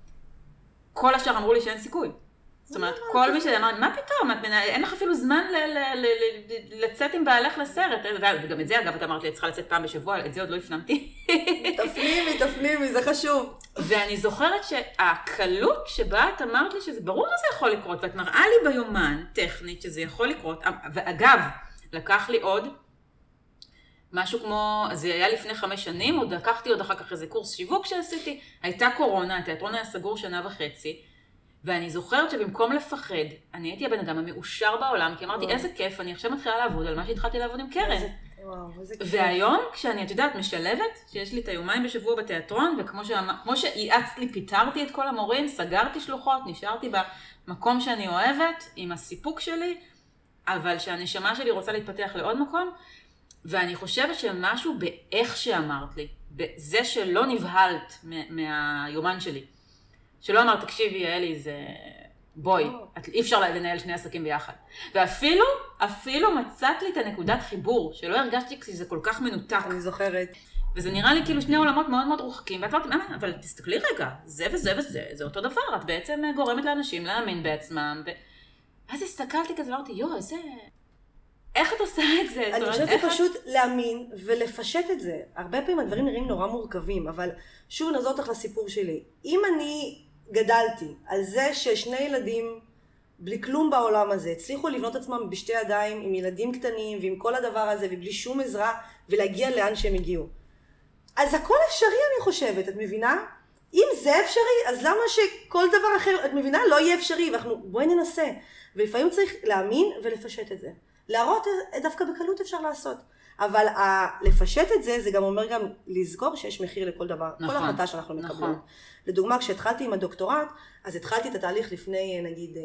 Speaker 3: כל השאר אמרו לי שאין סיכוי. זאת אומרת, כל מי שאמר, מה פתאום? אין לך אפילו זמן לצאת עם בעלך לסרט. וגם את זה, אגב, את אמרת לי, את צריכה לצאת פעם בשבוע, את זה עוד לא הפנמתי.
Speaker 1: תפנימי, זה חשוב.
Speaker 3: ואני זוכרת שהקלות שבה את אמרת לי שזה ברור שזה יכול לקרות, ואת מראה לי ביומן טכנית שזה יכול לקרות, ואגב, לקח לי עוד משהו כמו, זה היה לפני 5 שנים, לקחתי עוד אחר כך איזה קורס שיווק שעשיתי, הייתה קורונה, התיאטרון היה סגור 1.5 שנה, ואני זוכרת שבמקום לפחד, אני הייתי הבן אדם המאושר בעולם, כי אמרתי, איזה כיף, אני עכשיו מתחילה לעבוד על מה שהתחלתי לעבוד עם קרן. והיום, כשאני, את יודעת, משלבת, שיש לי את היומיים בשבוע בתיאטרון, וכמו שייעצת לי, פיתרתי את כל המורים, סגרתי שלוחות, נשארתי במקום שאני אוהבת, עם הסיפוק שלי, אבל שהנשמה שלי רוצה להתפתח לעוד מקום, ואני חושבת שמשהו באיך שאמרת לי, בזה שלא נבהלת מהיומן שלי, שלא אמרת, תקשיבי, יעלי, זה בואי, אי אפשר לנהל 2 עסקים ביחד. ואפילו מצאת לי את הנקודת חיבור, שלא הרגשתי שזה כל כך מנותק.
Speaker 1: אני זוכרת.
Speaker 3: וזה נראה לי כאילו 2 עולמות מאוד מאוד רוחקים, ואת אמרתי, אבל תסתכלי רגע, זה וזה וזה, זה אותו דבר, את בעצם גורמת לאנשים להאמין בעצמם, אז הסתכלתי כזה ואמרתי, איזה... איך את עושה את זה?
Speaker 1: אני חושבת זה פשוט להאמין ולפשט את זה. הרבה פעמים הדברים נראים נורא מורכבים, אבל שוב נחזור אותך לסיפור שלי. אם אני גדלתי על זה ש2 ילדים בלי כלום בעולם הזה הצליחו לבנות עצמם בשתי ידיים עם ילדים קטנים ועם כל הדבר הזה ובלי שום עזרה ולהגיע לאן שהם הגיעו. אז הכל אפשרי אני חושבת, את מבינה? אם זה אפשרי, אז למה שכל דבר אחר, את מבינה, לא יהיה אפשרי, בואי ננסה. ולפעמים צריך להאמין ולפשט את זה. להראות דווקא בקלות אפשר לעשות. אבל לפשט את זה, זה גם אומר גם לזכור שיש מחיר לכל דבר. נכון, כל החלטה שאנחנו מקבלים. נכון. לדוגמה, כשהתחלתי עם הדוקטורט, אז התחלתי את התהליך לפני נגיד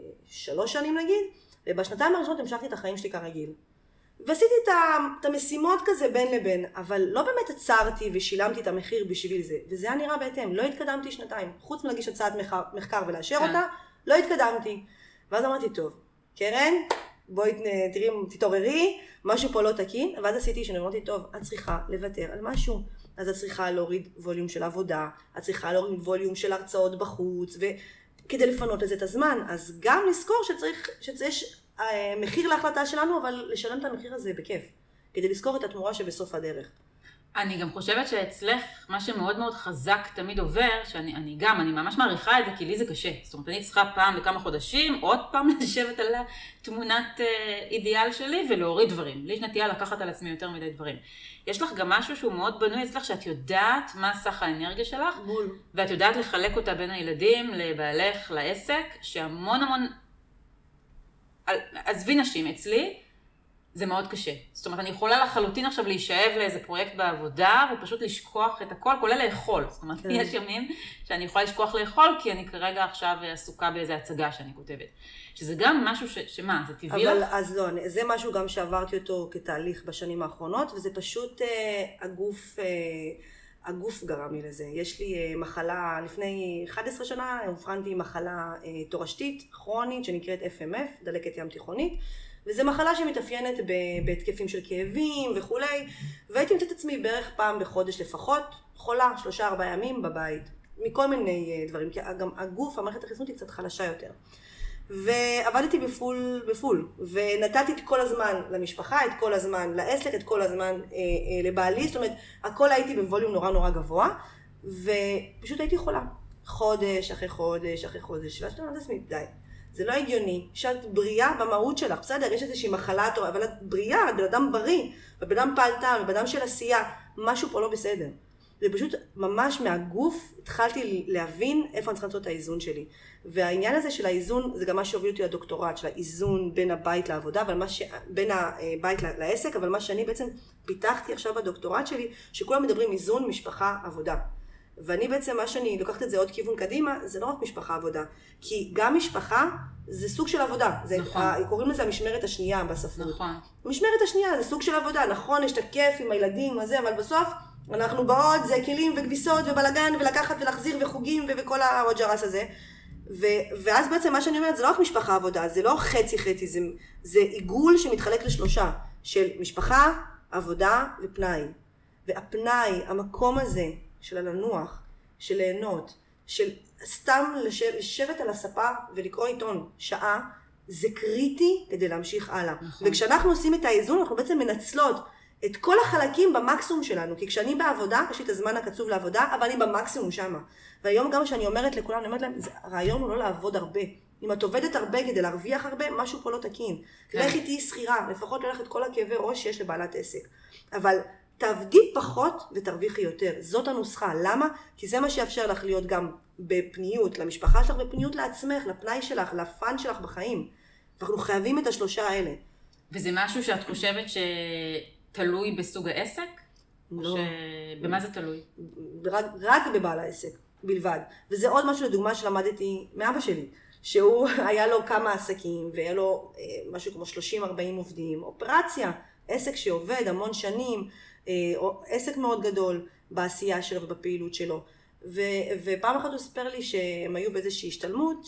Speaker 1: 3 שנים נגיד, ובשנתיים הראשונות המשכתי את החיים שלי כרגיל. ועשיתי את המשימות כזה בין לבין, אבל לא באמת עצרתי ושילמתי את המחיר בשביל זה. וזה היה נראה בהתאם, לא התקדמתי 2. חוץ מלהגיש הצעת מחקר ולאשר אותה, לא התקדמתי. ואז אמרתי, טוב, קרן, בואי תראי, תתעוררי, משהו פה לא תקין, ואז עשיתי שאמרתי, טוב, את צריכה לוותר על משהו. אז את צריכה להוריד ווליום של עבודה, את צריכה להוריד ווליום של הרצאות בחוץ, וכדי לפנות לזה את הזמן. אז גם לזכור שצריך מחיר להחלטה שלנו, אבל לשלם את המחיר הזה בכיף, כדי לזכור את התמורה שבסוף הדרך.
Speaker 3: אני גם חושבת שאצלך, מה שמאוד מאוד חזק תמיד עובר, שאני ממש מעריכה את זה, כי לי זה קשה. זאת אומרת, אני צריכה פעם בכמה חודשים, עוד פעם לשבת על התמונת אידיאל שלי, ולהוריד דברים. לי יש נטייה לקחת על עצמי יותר מדי דברים. יש לך גם משהו שהוא מאוד בנוי אצלך, שאת יודעת מה סך האנרגיה שלך, ואת יודעת לחלק אותה בין הילדים, לבעלך, לעסק, שהמון עזבי נשים אצלי, זה מאוד קשה. זאת אומרת, אני יכולה לחלוטין עכשיו להישאב לאיזה פרויקט בעבודה, ופשוט לשכוח את הכל, כולל לאכול. זאת אומרת, יש ימים שאני יכולה לשכוח לאכול, כי אני כרגע עכשיו עסוקה באיזו הצגה שאני כותבת. שזה גם משהו שמה, זה טבעי לך?
Speaker 1: אבל אז לא, זה משהו גם שעברתי אותו כתהליך בשנים האחרונות, וזה פשוט הגוף גרם לי לזה. יש לי מחלה, לפני 11 שנה, הבחנתי מחלה תורשתית, כרונית, שנקראת FMF, דלקת ים תיכונית, וזו מחלה שמתאפיינת בהתקפים של כאבים וכולי, והייתי מצאת עצמי בערך פעם בחודש לפחות, חולה 3-4 ימים בבית, מכל מיני דברים, כי גם הגוף, המערכת החיסונית היא קצת חלשה יותר. ועבדתי בפול, ונתתי את כל הזמן למשפחה, את כל הזמן לעסק, את כל הזמן לבעלי, זאת אומרת, הכל הייתי בווליום נורא גבוה, ופשוט הייתי חולה. חודש אחרי חודש אחרי חודש, ואז אני אומרת לעצמי, די. זה לא הגיוני שאת בריאה במהות שלך, בסדר, יש איזושהי מחלה, אבל את בריאה, את בן אדם בריא, ובן אדם פעלתן, ובן אדם של עשייה, משהו פה לא בסדר. ופשוט ממש מהגוף התחלתי להבין איפה אני צריכה למצוא את האיזון שלי. והעניין הזה של האיזון, זה גם מה שהוביל אותי לדוקטורט, של האיזון בין הבית לעבודה, בין הבית לעסק, אבל מה שאני בעצם פיתחתי עכשיו בדוקטורט שלי, שכולם מדברים איזון, משפחה, עבודה. ואני בעצם, מה שאני לוקחת את זה עוד כיוון קדימה, זה לא רק משפחה עבודה. כי גם משפחה זה סוג של עבודה.
Speaker 3: נכון.
Speaker 1: קוראים לזה המשמרת השנייה בספרות.
Speaker 3: נכון.
Speaker 1: המשמרת השנייה זה סוג של עבודה. נכון, יש את הכיף עם הילדים וזה, אבל בסוף אנחנו באות, זה כלים וכביסות ובלגן ולקחת ולהחזיר וחוגים וכל הרוג'רס הזה. ואז בעצם מה שאני אומרת, זה לא רק משפחה עבודה, זה לא חצי, זה עיגול שמתחלק לשלושה, של משפחה, עבודה ופנאי. והפנאי, המקום הזה, של הלנוח, של ליהנות, של סתם לשבת על הספה ולקרוא עיתון שעה, זה קריטי כדי להמשיך הלאה. נכון. וכשאנחנו עושים את האיזון, אנחנו בעצם מנצלות את כל החלקים במקסימום שלנו, כי כשאני בעבודה, יש לי את הזמן הקצוב לעבודה, אבל אני במקסימום שמה. והיום גם שאני אומרת לכולם, אני אומרת להם, הרעיון הוא לא לעבוד הרבה. אם את עובדת הרבה כדי להרוויח הרבה, משהו פה לא תקין. כן. לכי תהיי שכירה, לפחות לא לך את כל הכאבי ראש שיש לבעלת עסק. אבל תעבדי פחות ותרוויחי יותר. זאת הנוסחה. למה? כי זה מה שיאפשר לך להיות גם בפניות למשפחה שלך, בפניות לעצמך, לפנאי שלך, לפן שלך בחיים. ואנחנו חייבים את השלושה האלה.
Speaker 3: וזה משהו שאת חושבת שתלוי בסוג העסק?
Speaker 1: לא.
Speaker 3: במה זה תלוי?
Speaker 1: רק בבעל העסק, בלבד. וזה עוד משהו לדוגמה שלמדתי מאבא שלי, שהוא היה לו כמה עסקים, והיה לו משהו כמו 30-40 עובדים, אופרציה, עסק שעובד המון שנים, עסק מאוד גדול בעשייה שלו ובפעילות שלו. ופעם אחת הוא ספר לי שהם היו באיזושהי השתלמות,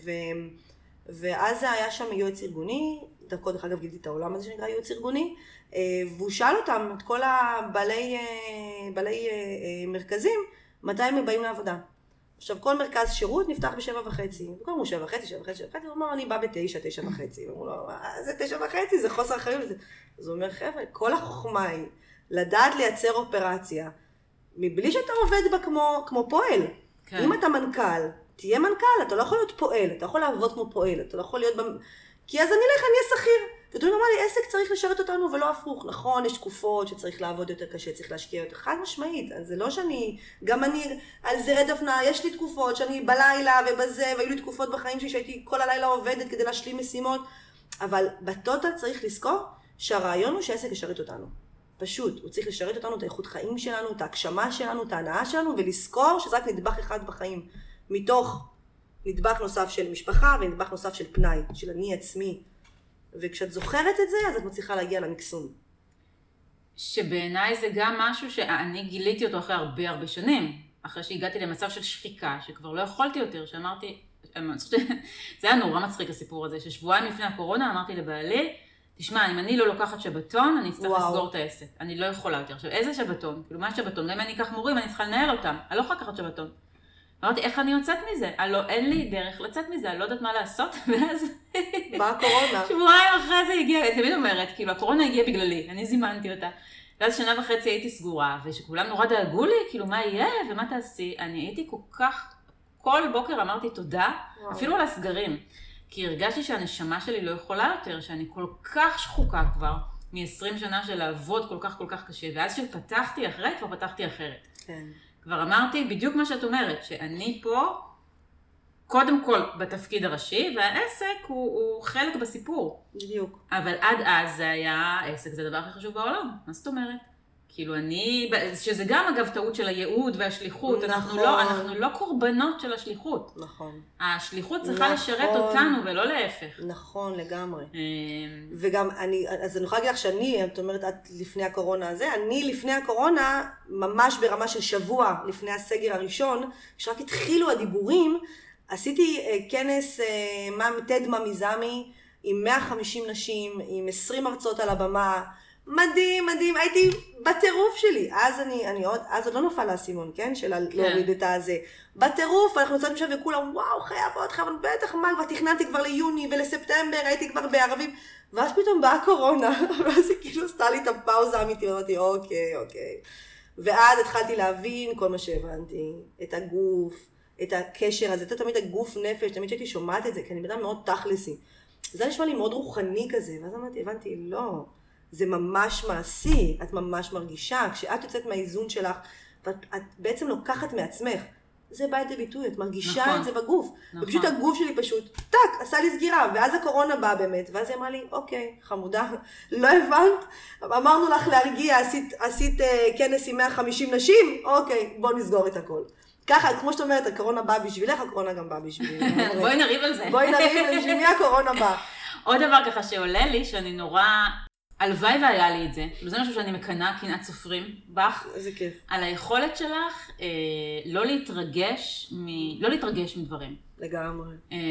Speaker 1: ואז היה שם יועץ ארגוני, דרכו דרך אגב גיליתי את העולם הזה שנקרא יועץ ארגוני, והוא שאל אותם, את כל בעלי מרכזים, מתי הם באים לעבודה. עכשיו, כל מרכז שירות נפתח ב7:30, וכל אמרו 7:30, הוא אמר, אני בא ב9:30. אמרו לו, זה 9:30, זה חוסר אחריות. אז הוא אומר, חבר'ה, כל החוכמה היא לדעת לייצר אופרציה, מבלי שאתה עובד בה כמו פועל. כן. אם אתה מנכ"ל, תהיה מנכ"ל, אתה לא יכול להיות פועל, אתה יכול לעבוד כמו פועל, אתה לא יכול להיות כי אז אני אהיה שכיר. ואתה אומר לי, עסק צריך לשרת אותנו ולא הפוך. נכון, יש תקופות שצריך לעבוד יותר קשה, צריך להשקיע יותר. חד משמעית, אז זה לא גם אני על זרי דפנה, יש לי תקופות שאני בלילה ובזה, והיו לי תקופות בחיים שהייתי כל הלילה עובדת כדי להשלים משימות. אבל בטוטל צריך לזכור שהרעיון הוא שהעסק ישרת אותנו. פשוט, הוא צריך לשרת אותנו את האיכות חיים שלנו, את ההגשמה שלנו, את ההנאה שלנו, ולזכור שזה רק נדבך אחד בחיים. מתוך נדבך נוסף של משפחה ונדבך נוסף של פנאי, של אני עצמי. וכשאת זוכרת את זה, אז את מצליחה להגיע למקסום.
Speaker 3: שבעיניי זה גם משהו שאני גיליתי אותו אחרי הרבה שנים. אחרי שהגעתי למצב של שחיקה, שכבר לא יכולתי יותר, שאמרתי, זה היה נורא מצחיק הסיפור הזה, ששבועיים לפני הקורונה אמרתי לבעלי, תשמע, אם אני לא לוקחת שבתון, אני אצטרך לסגור את העסק. אני לא יכולה יותר. עכשיו, איזה שבתון? כאילו, מה שבתון? גם אם אני אקח מורים, אני צריכה לנהל אותם. אני לא יכולה לקחת שבתון. אמרתי, איך אני יוצאת מזה? אין לי דרך לצאת מזה, אני לא יודעת מה לעשות, ואז...
Speaker 1: באה הקורונה.
Speaker 3: שבועיים אחרי זה הגיעה, אני תמיד אומרת, כאילו, הקורונה הגיעה בגללי, אני זימנתי אותה. ואז 1.5 שנה הייתי סגורה, ושכולם נורא דאגו לי, כאילו, מה יהיה ומה תעשי? אני הייתי כל כך, כל בוקר אמרתי תודה, אפילו על הסגרים. כי הרגשתי שהנשמה שלי לא יכולה יותר, שאני כל כך שחוקה כבר, מ-20 שנה של לעבוד כל כך קשה, ואז שפתחתי אחרי, כבר פתחתי אחרת.
Speaker 1: כן.
Speaker 3: כבר אמרתי בדיוק מה שאת אומרת, שאני פה קודם כל בתפקיד הראשי, והעסק הוא חלק בסיפור.
Speaker 1: בדיוק.
Speaker 3: אבל עד אז זה היה, העסק זה הדבר הכי חשוב בעולם. מה זאת אומרת? כאילו שזה גם אגב טעות של הייעוד והשליחות, אנחנו לא קורבנות של השליחות.
Speaker 1: נכון.
Speaker 3: השליחות צריכה לשרת אותנו ולא להפך.
Speaker 1: נכון, לגמרי. וגם אז אני יכולה להגיד לך שאני, את אומרת, את לפני הקורונה הזה, אני לפני הקורונה, ממש ברמה של שבוע לפני הסגר הראשון, כשרק התחילו הדיבורים, עשיתי כנס TED ממיזמי עם 150 נשים, עם 20 הרצאות על הבמה, מדהים, מדהים, הייתי בטירוף שלי. אז עוד לא נפל האסימון, כן? של להוריד את הזה. בטירוף, אנחנו יוצאים שם וכולם, וואו, חייב, בטח מה, ותכננתי כבר ליוני ולספטמבר, הייתי כבר בערבים. ואז פתאום באה הקורונה, ואז היא כאילו עשתה לי את הפאוזה האמיתית, ואמרתי, אוקיי. ואז התחלתי להבין כל מה שהבנתי, את הגוף, את הקשר הזה, תמיד הגוף נפש, תמיד שהייתי שומעת את זה, כי אני בן מאוד תכלסי. זה נשמע לי מאוד רוחני כזה, ואז הבנתי, לא. זה ממש מעשי, את ממש מרגישה, כשאת יוצאת מהאיזון שלך, ואת בעצם לוקחת מעצמך, זה בא את הביטוי, את מרגישה
Speaker 3: נכון,
Speaker 1: את זה בגוף.
Speaker 3: נכון.
Speaker 1: ופשוט הגוף שלי פשוט, עשה לי סגירה, ואז הקורונה באה באמת, ואז היא אמרה לי, אוקיי, חמודה, לא הבנת, אמרנו לך להרגיע, עשית כנס עם 150 נשים, אוקיי, בוא נסגור את הכל. ככה, כמו שאת אומרת, הקורונה באה בשבילך, הקורונה גם באה בשבילי.
Speaker 3: בואי נריב על זה.
Speaker 1: בואי נריב בשביל מי הקורונה באה.
Speaker 3: עוד דבר ככה שעולה לי, שאני נורא, הלוואי והיה לי את זה. זה משהו שאני מקנה, קנאת סופרים בך.
Speaker 1: איזה כיף.
Speaker 3: על היכולת שלך לא להתרגש מדברים.
Speaker 1: לגמרי.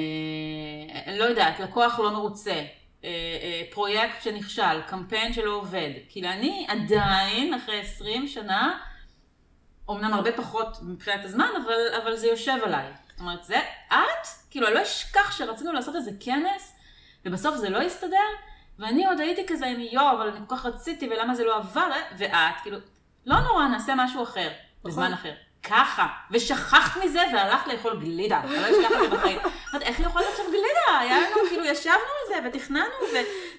Speaker 3: לא יודעת, לקוח לא מרוצה, פרויקט שנכשל, קמפיין שלא עובד. כאילו אני עדיין, אחרי 20 שנה, אומנם הרבה פחות מבחינת הזמן, אבל זה יושב עליי. זאת אומרת, זה את, כאילו, אני לא אשכח שרצינו לעשות איזה כנס, ובסוף זה לא יסתדר, ואני עוד הייתי כזה עם אבל אני כל כך רציתי, ולמה זה לא עבר, ואת, כאילו, לא נורא, נעשה משהו אחר, בזמן אחר. ככה, ושכחת מזה, והלכת לאכול גלידה, אני לא אשכח את זה בחיים. איך היא יכולה עכשיו גלידה? היה לנו, כאילו, ישבנו על זה, ותכננו,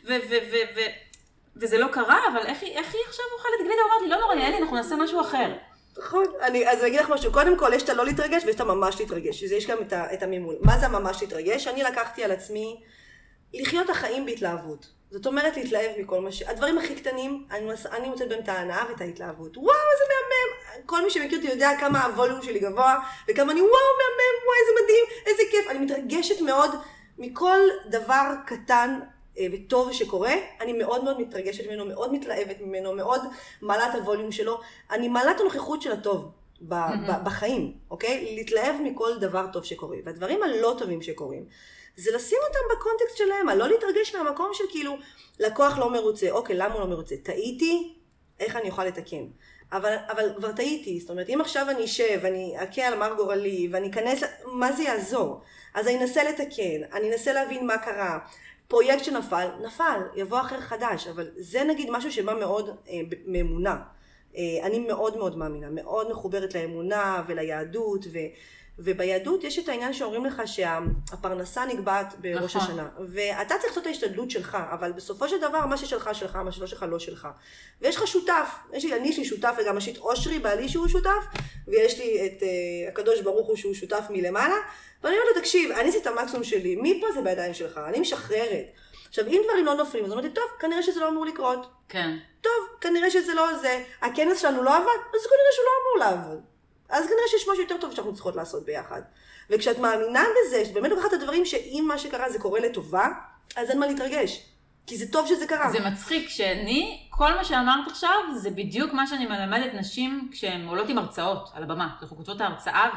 Speaker 3: וזה לא קרה, אבל איך היא עכשיו אוכלת גלידה? אמרתי, לא נורא, יאלי, אנחנו נעשה משהו אחר.
Speaker 1: נכון, אז אני אגיד לך משהו, קודם כל יש את הלא להתרגש ויש את הממש להתרגש, יש גם את המימון. מה זה הממש להתרגש? אני לקחתי על עצמי לחיות החיים בהתלהבות. זאת אומרת להתלהב מכל מה הדברים הכי קטנים, אני מוצאת בהם את ההנאה ואת ההתלהבות. וואו, איזה מהמם! כל מי שמכיר אותי יודע כמה הווליום שלי גבוה, וכמה אני וואו, מהמם, וואו, איזה מדהים, איזה כיף. אני מתרגשת מאוד מכל דבר קטן וטוב שקורה, אני מאוד מאוד מתרגשת ממנו, מאוד מתלהבת ממנו, מאוד מעלה את הווליום שלו. אני מעלה את הנוכחות של הטוב בחיים, אוקיי? להתלהב מכל דבר טוב שקורה. והדברים הלא טובים שקורים, זה לשים אותם בקונטקסט שלהם, לא להתרגש מהמקום של כאילו, לקוח לא מרוצה, אוקיי, למה הוא לא מרוצה? טעיתי, איך אני אוכל לתקן? אבל כבר טעיתי, זאת אומרת, אם עכשיו אני אשב, ואני אכה על מר גורלי, ואני אכנס, מה זה יעזור? אז אני אנסה לתקן, אני אנסה להבין מה קרה, פרויקט שנפל, יבוא אחר חדש, אבל זה נגיד משהו שבא מאוד מאמונה. אני מאוד מאוד מאמינה, מאוד מחוברת לאמונה וליהדות, וביהדות יש את העניין שאומרים לך שהפרנסה נקבעת בראש השנה, ואתה צריך לעשות את ההשתדלות שלך, אבל בסופו של דבר מה ששלך שלך, מה שלא שלך לא שלך. ויש לך שותף, אני יש לי שותף וגם יש לי את אושרי, בעלי שהוא שותף, ויש לי את הקדוש ברוך הוא שהוא שותף מלמעלה, ואני אומרת לו, תקשיב, אני עשיתי את המקסימום שלי, מי פה זה בידיים שלך, אני משחררת. עכשיו, אם דברים לא נופלים, אז אמרתי, טוב, כנראה שזה לא אמור לקרות.
Speaker 3: כן.
Speaker 1: טוב, כנראה שזה לא זה, הכנס שלנו לא עבד, אז כנראה שהוא לא אמור לעבוד. אז כנראה שיש משהו יותר טוב שאנחנו צריכות לעשות ביחד. וכשאת מאמינה בזה, שאת באמת לוקחת את הדברים שאם מה שקרה זה קורה לטובה, אז אין מה להתרגש. כי זה טוב שזה קרה.
Speaker 3: זה מצחיק כל מה שאמרת עכשיו, זה בדיוק מה שאני מלמדת נשים כשהן עולות עם הרצאות על הבמה. אנחנו כותבות את ההרצאה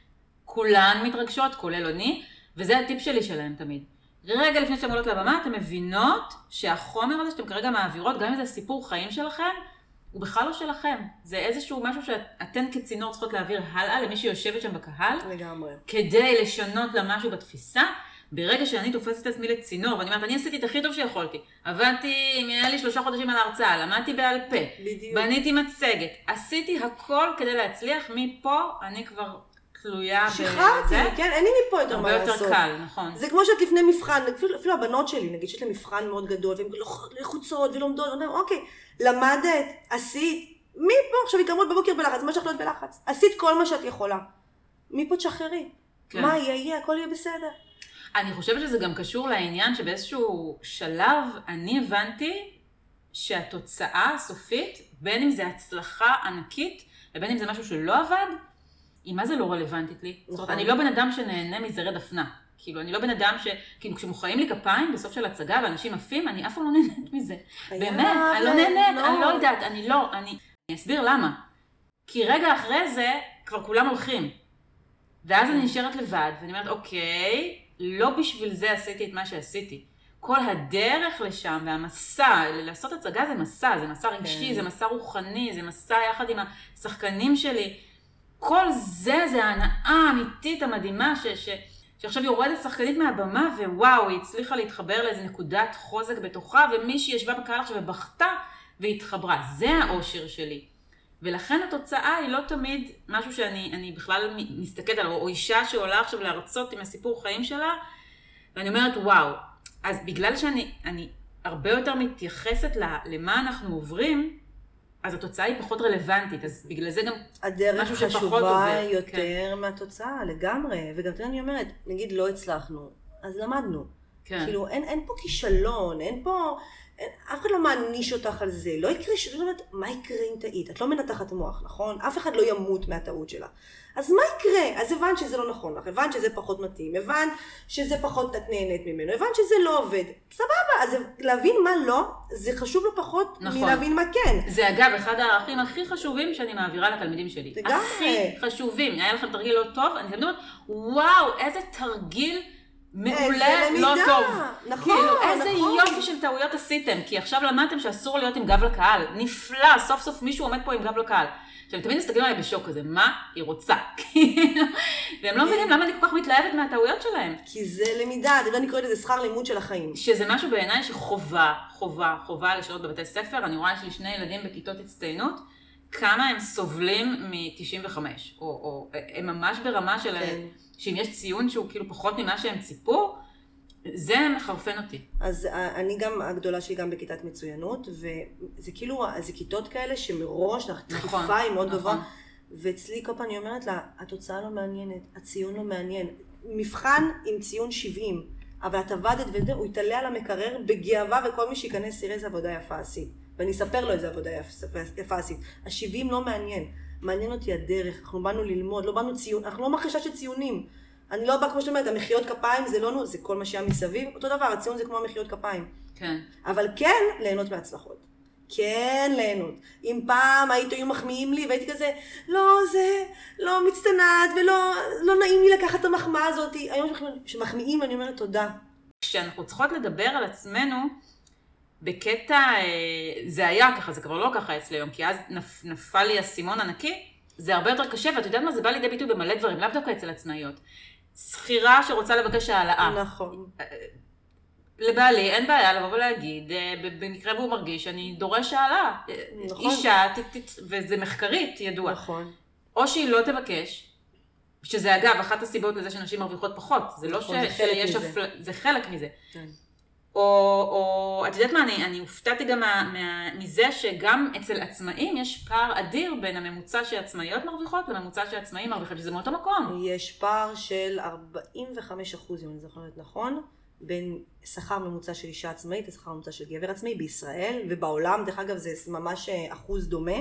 Speaker 3: וכולן מתרגשות, כולל אני, וזה הטיפ שלי שלהם תמיד. רגע לפני שאתם עולות לבמה, אתם מבינות שהחומר הזה שאתם כרגע מעבירות, גם אם זה סיפור חיים שלכם, הוא בכלל לא שלכם. זה איזשהו משהו שאתן כצינור צריכות להעביר הלאה למי שיושבת שם בקהל.
Speaker 1: לגמרי.
Speaker 3: כדי לשנות לה משהו בתפיסה. ברגע שאני תופסת את עצמי לצינור, ואני אומרת, אני עשיתי את הכי טוב שיכולתי. עבדתי, היה לי 3 חודשים על ההרצאה, למדתי בעל פה.
Speaker 1: בדיוק.
Speaker 3: בניתי מצגת. עשיתי הכל כדי להצליח. מפה אני כבר תלויה
Speaker 1: שחררתי, כן? אין לי מפה יותר מה לעשות.
Speaker 3: הרבה יותר קל, נכון.
Speaker 1: זה כמו שאת לפני מבחן, אפילו הבנות שלי, נגיד שיש להם מבחן מאוד גדול, והן לחוצות ולומדות, אוקיי, למדת, עשית, מפה, עכשיו היא קמות בבוקר בלחץ, מה שאת לא להיות בלחץ? עשית כל מה שאת יכולה. מפה תשחררי.
Speaker 3: כן.
Speaker 1: מה יהיה, הכל יהיה בסדר.
Speaker 3: אני חושבת שזה גם קשור לעניין שבאיזשהו שלב אני הבנתי שהתוצאה הסופית, בין אם זה הצלחה ענקית, ובין אם זה משהו שלא עבד, היא מה זה לא רלוונטית לי. זאת אומרת, אני לא בן אדם שנהנה מזרי דפנה. כאילו, אני לא בן אדם כאילו, כשמוחאים לי כפיים בסוף של הצגה ואנשים עפים, אני אף פעם לא נהנית מזה. באמת, אני לא נהנית, אני לא יודעת, אני אסביר למה. כי רגע אחרי זה, כבר כולם הולכים. ואז אני נשארת לבד, ואני אומרת, אוקיי, לא בשביל זה עשיתי את מה שעשיתי. כל הדרך לשם והמסע, לעשות הצגה זה מסע רגשי, זה מסע רוחני, זה מסע יחד עם השחקנים שלי. כל זה ההנאה האמיתית המדהימה שעכשיו יורדת שחקנית מהבמה, ווואו, היא הצליחה להתחבר לאיזו נקודת חוזק בתוכה, ומישהי ישבה בקהל עכשיו ובכתה והתחברה. זה האושר שלי. ולכן התוצאה היא לא תמיד משהו שאני בכלל מסתכלת עליו, או אישה שעולה עכשיו להרצות עם הסיפור חיים שלה, ואני אומרת, וואו, אז בגלל שאני הרבה יותר מתייחסת למה אנחנו עוברים, אז התוצאה היא פחות רלוונטית, אז בגלל זה גם משהו שפחות עובר.
Speaker 1: הדרך חשובה יותר מהתוצאה, לגמרי. וגם אני אומרת, נגיד לא הצלחנו, אז למדנו.
Speaker 3: כן.
Speaker 1: כאילו, אין פה כישלון, אין פה... אף אחד לא מעניש אותך על זה, לא יקרה, לא יודעת, מה יקרה אם טעית? את לא מנתחת מוח, נכון? אף אחד לא ימות מהטעות שלה. אז מה יקרה? אז הבנת שזה לא נכון לך, הבנת שזה פחות מתאים, הבנת שזה פחות נהנית ממנו, הבנת שזה לא עובד. סבבה, אז להבין מה לא, זה חשוב לא פחות
Speaker 3: נכון.
Speaker 1: מלהבין מה כן.
Speaker 3: זה אגב, אחד הערכים הכי חשובים שאני מעבירה לתלמידים שלי. הכי חשובים. היה לכם תרגיל לא טוב, אני תמיד אומרת, וואו, איזה תרגיל מעולה, לא טוב.
Speaker 1: נכון,
Speaker 3: כאילו, איזה יופי של טעויות עשיתם, כי עכשיו למדתם שאסור להיות עם גב לקהל. נפלא, סוף סוף מישהו עומד פה עם גב לקהל. עכשיו, תמיד מסתכלים עליי בשוק כזה, מה היא רוצה? והם לא מבינים למה אני כל כך מתלהבת מהטעויות שלהם.
Speaker 1: כי זה למידה, אני קוראת לזה שכר לימוד של החיים.
Speaker 3: שזה משהו בעיניי חובה לשנות בבתי ספר. אני רואה שיש לי 2 ילדים בכיתות הצטיינות, כמה הם סובלים מ-95, או הם ממש ברמה של... שאם יש ציון שהוא כאילו פחות ממה שהם ציפו, זה מחרפן אותי.
Speaker 1: אז אני גם, הגדולה שלי גם בכיתת מצוינות, וזה כאילו, זה כיתות כאלה שמראש, הדחיפה היא מאוד גבוהה, ואצלי כל פעם אני אומרת לה, התוצאה לא מעניינת, הציון לא מעניין, מבחן עם ציון 70, אבל את עבדת הוא יתעלה על המקרר בגאווה, וכל מי שיכנס יראה איזה עבודה יפה עשית, ואני אספר לו איזה עבודה יפה עשית. ה-70 לא מעניין. מעניין אותי הדרך, אנחנו באנו ללמוד, לא באנו ציון, אנחנו לא מחרישה של ציונים. אני לא בא כמו שאתה אומרת, המחיאות כפיים זה לא, זה כל מה שהיה מסביב, אותו דבר, הציון זה כמו המחיאות כפיים.
Speaker 3: כן. אבל
Speaker 1: כן, ליהנות מהצלחות. כן, ליהנות. אם פעם היו מחמיאים לי והייתי כזה, לא, זה לא מצטנעת ולא נעים לי לקחת את המחמאה הזאת. היום שמחמיאים אני אומרת תודה.
Speaker 3: כשאנחנו צריכות לדבר על עצמנו, בקטע, זה היה ככה, זה כבר לא ככה אצלי היום, כי אז נפל לי הסימון ענקי, זה הרבה יותר קשה, ואת יודעת מה, זה בא לידי ביטוי במלא דברים, לאו דווקא אצל עצמאיות. שכירה שרוצה לבקש העלאה.
Speaker 1: נכון.
Speaker 3: לבעלי אין בעיה לבוא ולהגיד, במקרה והוא מרגיש, אני דורש העלאה. נכון. אישה, וזה מחקרית, ידוע.
Speaker 1: נכון.
Speaker 3: או שהיא לא תבקש, שזה אגב, אחת הסיבות לזה שנשים מרוויחות פחות, זה לא שיש זה חלק מזה. כן. או את יודעת מה, אני הופתעתי גם מזה שגם אצל עצמאים יש פער אדיר בין הממוצע שעצמאיות מרוויחות לממוצע שעצמאים מרוויחות, שזה מאותו מקום.
Speaker 1: יש פער של 45%, אם אני זוכרת נכון, בין שכר ממוצע של אישה עצמאית לשכר ממוצע של גבר עצמאי בישראל, ובעולם, דרך אגב, זה ממש אחוז דומה.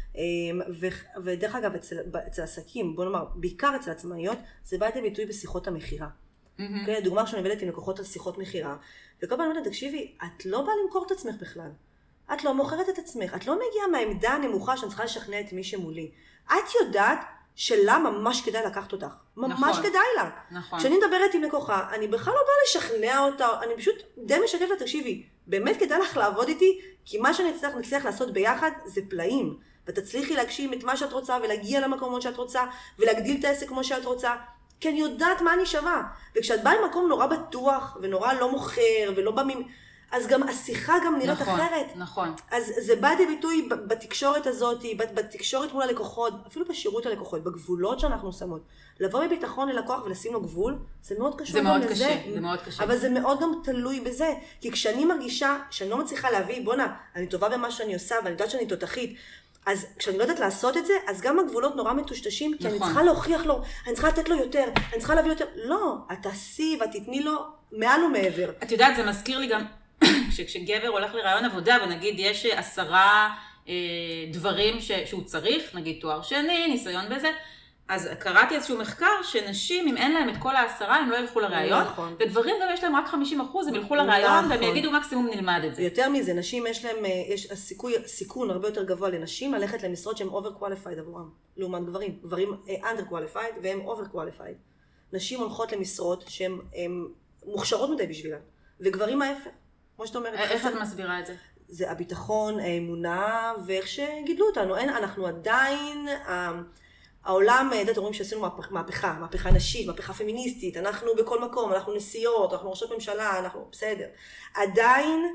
Speaker 1: ודרך אגב, אצל עסקים, בוא נאמר, בעיקר אצל עצמאיות, זה בא לידי ביטוי בשיחות המחירה. דוגמה שאני עובדת עם לקוחות על שיחות מחירה, וכל פעם אומרת, תקשיבי, את לא באה למכור את עצמך בכלל. את לא מוכרת את עצמך. את לא מגיעה מהעמדה הנמוכה שאני צריכה לשכנע את מי שמולי. את יודעת שלה ממש כדאי לקחת אותך. ממש כדאי לה.
Speaker 3: נכון.
Speaker 1: כשאני מדברת עם לקוחה, אני בכלל לא באה לשכנע אותה, אני פשוט די משקף לה, תקשיבי, באמת כדאי לך לעבוד איתי, כי מה שנצליח לעשות ביחד זה פלאים. ותצליחי להגשים את מה שאת רוצה, ולהגיע למקומות שאת רוצה, ולהגדיל את העסק כמו שאת רוצה. כי אני יודעת מה אני שווה. וכשאת באה למקום נורא בטוח, ונורא לא מוכר, ולא בא אז גם השיחה גם נראית אחרת.
Speaker 3: נכון.
Speaker 1: אז זה בא די ביטוי בתקשורת הזאת, בתקשורת מול הלקוחות, אפילו בשירות הלקוחות, בגבולות שאנחנו שמות. לבוא בביטחון ללקוח ולשים לו גבול, זה מאוד קשור גם לזה.
Speaker 3: זה מאוד קשה.
Speaker 1: אבל זה מאוד גם תלוי בזה. כי כשאני מרגישה שאני לא מצליחה להביא, בונה, אני טובה במה שאני עושה, ואני יודעת שאני תותחית, אז כשאני לא יודעת לעשות את זה, אז גם הגבולות נורא מטושטשים, כי אני
Speaker 3: נכון.
Speaker 1: צריכה להוכיח לו, אני צריכה לתת לו יותר, אני צריכה להביא יותר. לא, את תעשי ותתני לו מעל ומעבר.
Speaker 3: את יודעת, זה מזכיר לי גם, כשגבר הולך לרעיון עבודה, ונגיד יש 10 דברים שהוא צריך, נגיד תואר שני, ניסיון בזה, אז קראתי איזשהו מחקר שנשים, אם אין להם את כל 10, הם לא ילכו לרעיון,
Speaker 1: נכון.
Speaker 3: וגברים גם יש להם רק 50%, הם ילכו לרעיון,
Speaker 1: נכון.
Speaker 3: והם יגידו מקסימום נלמד את זה.
Speaker 1: ויותר מזה, נשים יש סיכון הרבה יותר גבוה לנשים ללכת למשרות שהן over-qualified עבורם, לעומת גברים. גברים under-qualified והם over-qualified. נשים הולכות למשרות שהן מוכשרות מדי בשבילן, וגברים ההפך. כמו שאתה אומרת,
Speaker 3: איך את מסבירה את זה?
Speaker 1: זה הביטחון, האמונה, ואיך שגידלו אותנו. אנחנו עדיין, העולם, אתם רואים שעשינו מהפכה נשית, מהפכה פמיניסטית, אנחנו בכל מקום, אנחנו נשיאות, אנחנו ראשות ממשלה, אנחנו בסדר. עדיין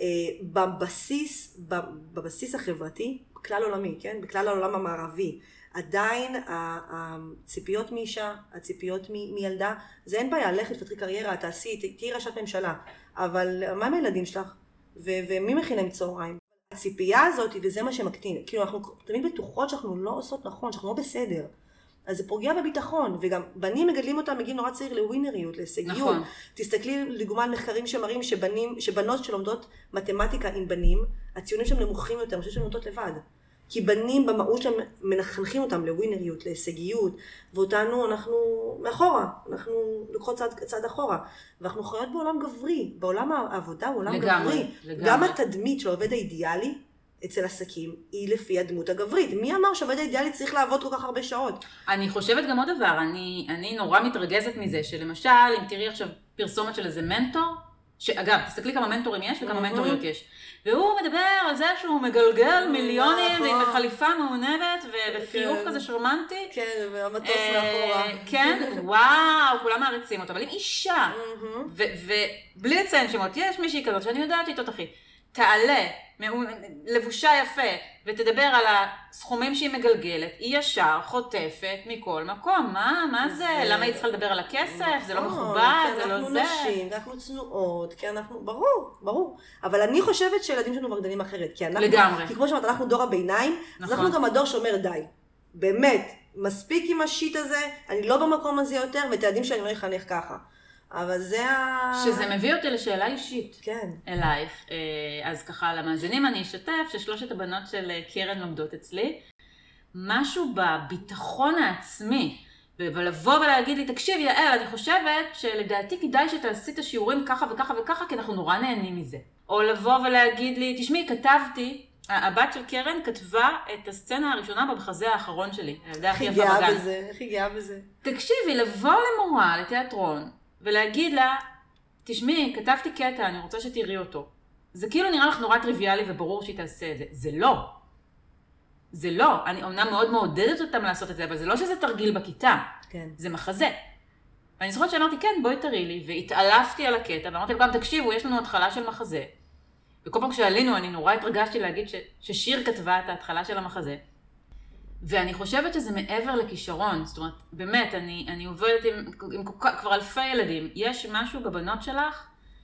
Speaker 1: בבסיס החברתי, בכלל עולמי, כן? בכלל העולם המערבי, עדיין הציפיות מאישה, הציפיות מילדה, זה אין בעיה, לכת תפתחי קריירה, תהיי ראשת ממשלה, אבל מה עם הילדים שלך? ומי מכין להם צהריים? הציפייה הזאת, וזה מה שמקטין, כאילו אנחנו תמיד בטוחות שאנחנו לא עושות נכון, שאנחנו לא בסדר. אז זה פוגע בביטחון, וגם בנים מגדלים אותם מגיל נורא צעיר לווינריות, להישגיות. נכון. תסתכלי לדוגמה על מחקרים שמראים שבנות שלומדות מתמטיקה עם בנים, הציונים שלהם נמוכים יותר, אני חושבת שהן נוטות לבד. כי בנים במהות שלהם מחנכים אותם לווינריות, להישגיות, ואותנו אנחנו מאחורה, אנחנו לוקחות צעד אחורה, ואנחנו חיות בעולם גברי, בעולם העבודה הוא עולם גברי. גם התדמית של העובד האידיאלי אצל עסקים היא לפי הדמות הגברית. מי אמר שהעובד האידיאלי צריך לעבוד כל כך הרבה שעות?
Speaker 3: אני חושבת גם עוד דבר, אני נורא מתרגזת מזה, שלמשל, אם תראי עכשיו פרסומת של איזה מנטור, שאגב, תסתכלי כמה מנטורים יש וכמה מנטוריות יש. והוא מדבר על זה שהוא מגלגל מיליונים עם חליפה מעונבת וחיוך כזה שרמנטי.
Speaker 1: כן, והמטוס מאחורה.
Speaker 3: כן, וואו, כולם מעריצים אותו. אבל אם אישה, ובלי לציין שמות, יש מישהי כזאת שאני יודעת איתו תחי, תעלה, לבושה יפה, ותדבר על הסכומים שהיא מגלגלת, היא ישר חוטפת מכל מקום. מה זה? למה היא צריכה לדבר על הכסף? זה לא מכובד, זה לא זה.
Speaker 1: כי אנחנו נשים, אנחנו צנועות, כי אנחנו, ברור. אבל אני חושבת שילדים שלנו מגדלים אחרת.
Speaker 3: לגמרי.
Speaker 1: כי כמו שאמרת, אנחנו דור הביניים, אז אנחנו גם הדור שאומר די. באמת, מספיק עם השיט הזה, אני לא במקום הזה יותר, ואת הילדים שאני לא אחנך ככה. אבל זה
Speaker 3: שזה מביא אותי לשאלה אישית.
Speaker 1: כן.
Speaker 3: אלייך. אז ככה, למאזינים אני אשתף ששלושת הבנות של קרן לומדות אצלי. משהו בביטחון העצמי, ולבוא ולהגיד לי, תקשיב יעל, אני חושבת שלדעתי כדאי שתעשי את השיעורים ככה וככה וככה, כי אנחנו נורא נהנים מזה. או לבוא ולהגיד לי, תשמעי, כתבתי, הבת של קרן כתבה את הסצנה הראשונה במחזה האחרון שלי.
Speaker 1: איך היא גאה בזה? איך היא גאה בזה?
Speaker 3: תקשיבי, לבוא למורה, לתיאטרון, ולהגיד לה, תשמעי, כתבתי קטע, אני רוצה שתראי אותו. זה כאילו נראה לך נורא טריוויאלי וברור שהיא תעשה את זה. זה לא. זה לא. אני אומנם מאוד מעודדת אותם לעשות את זה, אבל זה לא שזה תרגיל בכיתה.
Speaker 1: כן.
Speaker 3: זה מחזה. ואני זוכרת שאמרתי, כן, בואי תראי לי, והתעלפתי על הקטע, ואמרתי לו גם, תקשיבו, יש לנו התחלה של מחזה. וכל פעם כשעלינו, אני נורא התרגשתי להגיד ששיר כתבה את ההתחלה של המחזה. ואני חושבת שזה מעבר לכישרון, זאת אומרת, באמת, אני עובדת עם כבר אלפי ילדים. יש משהו בבנות שלך,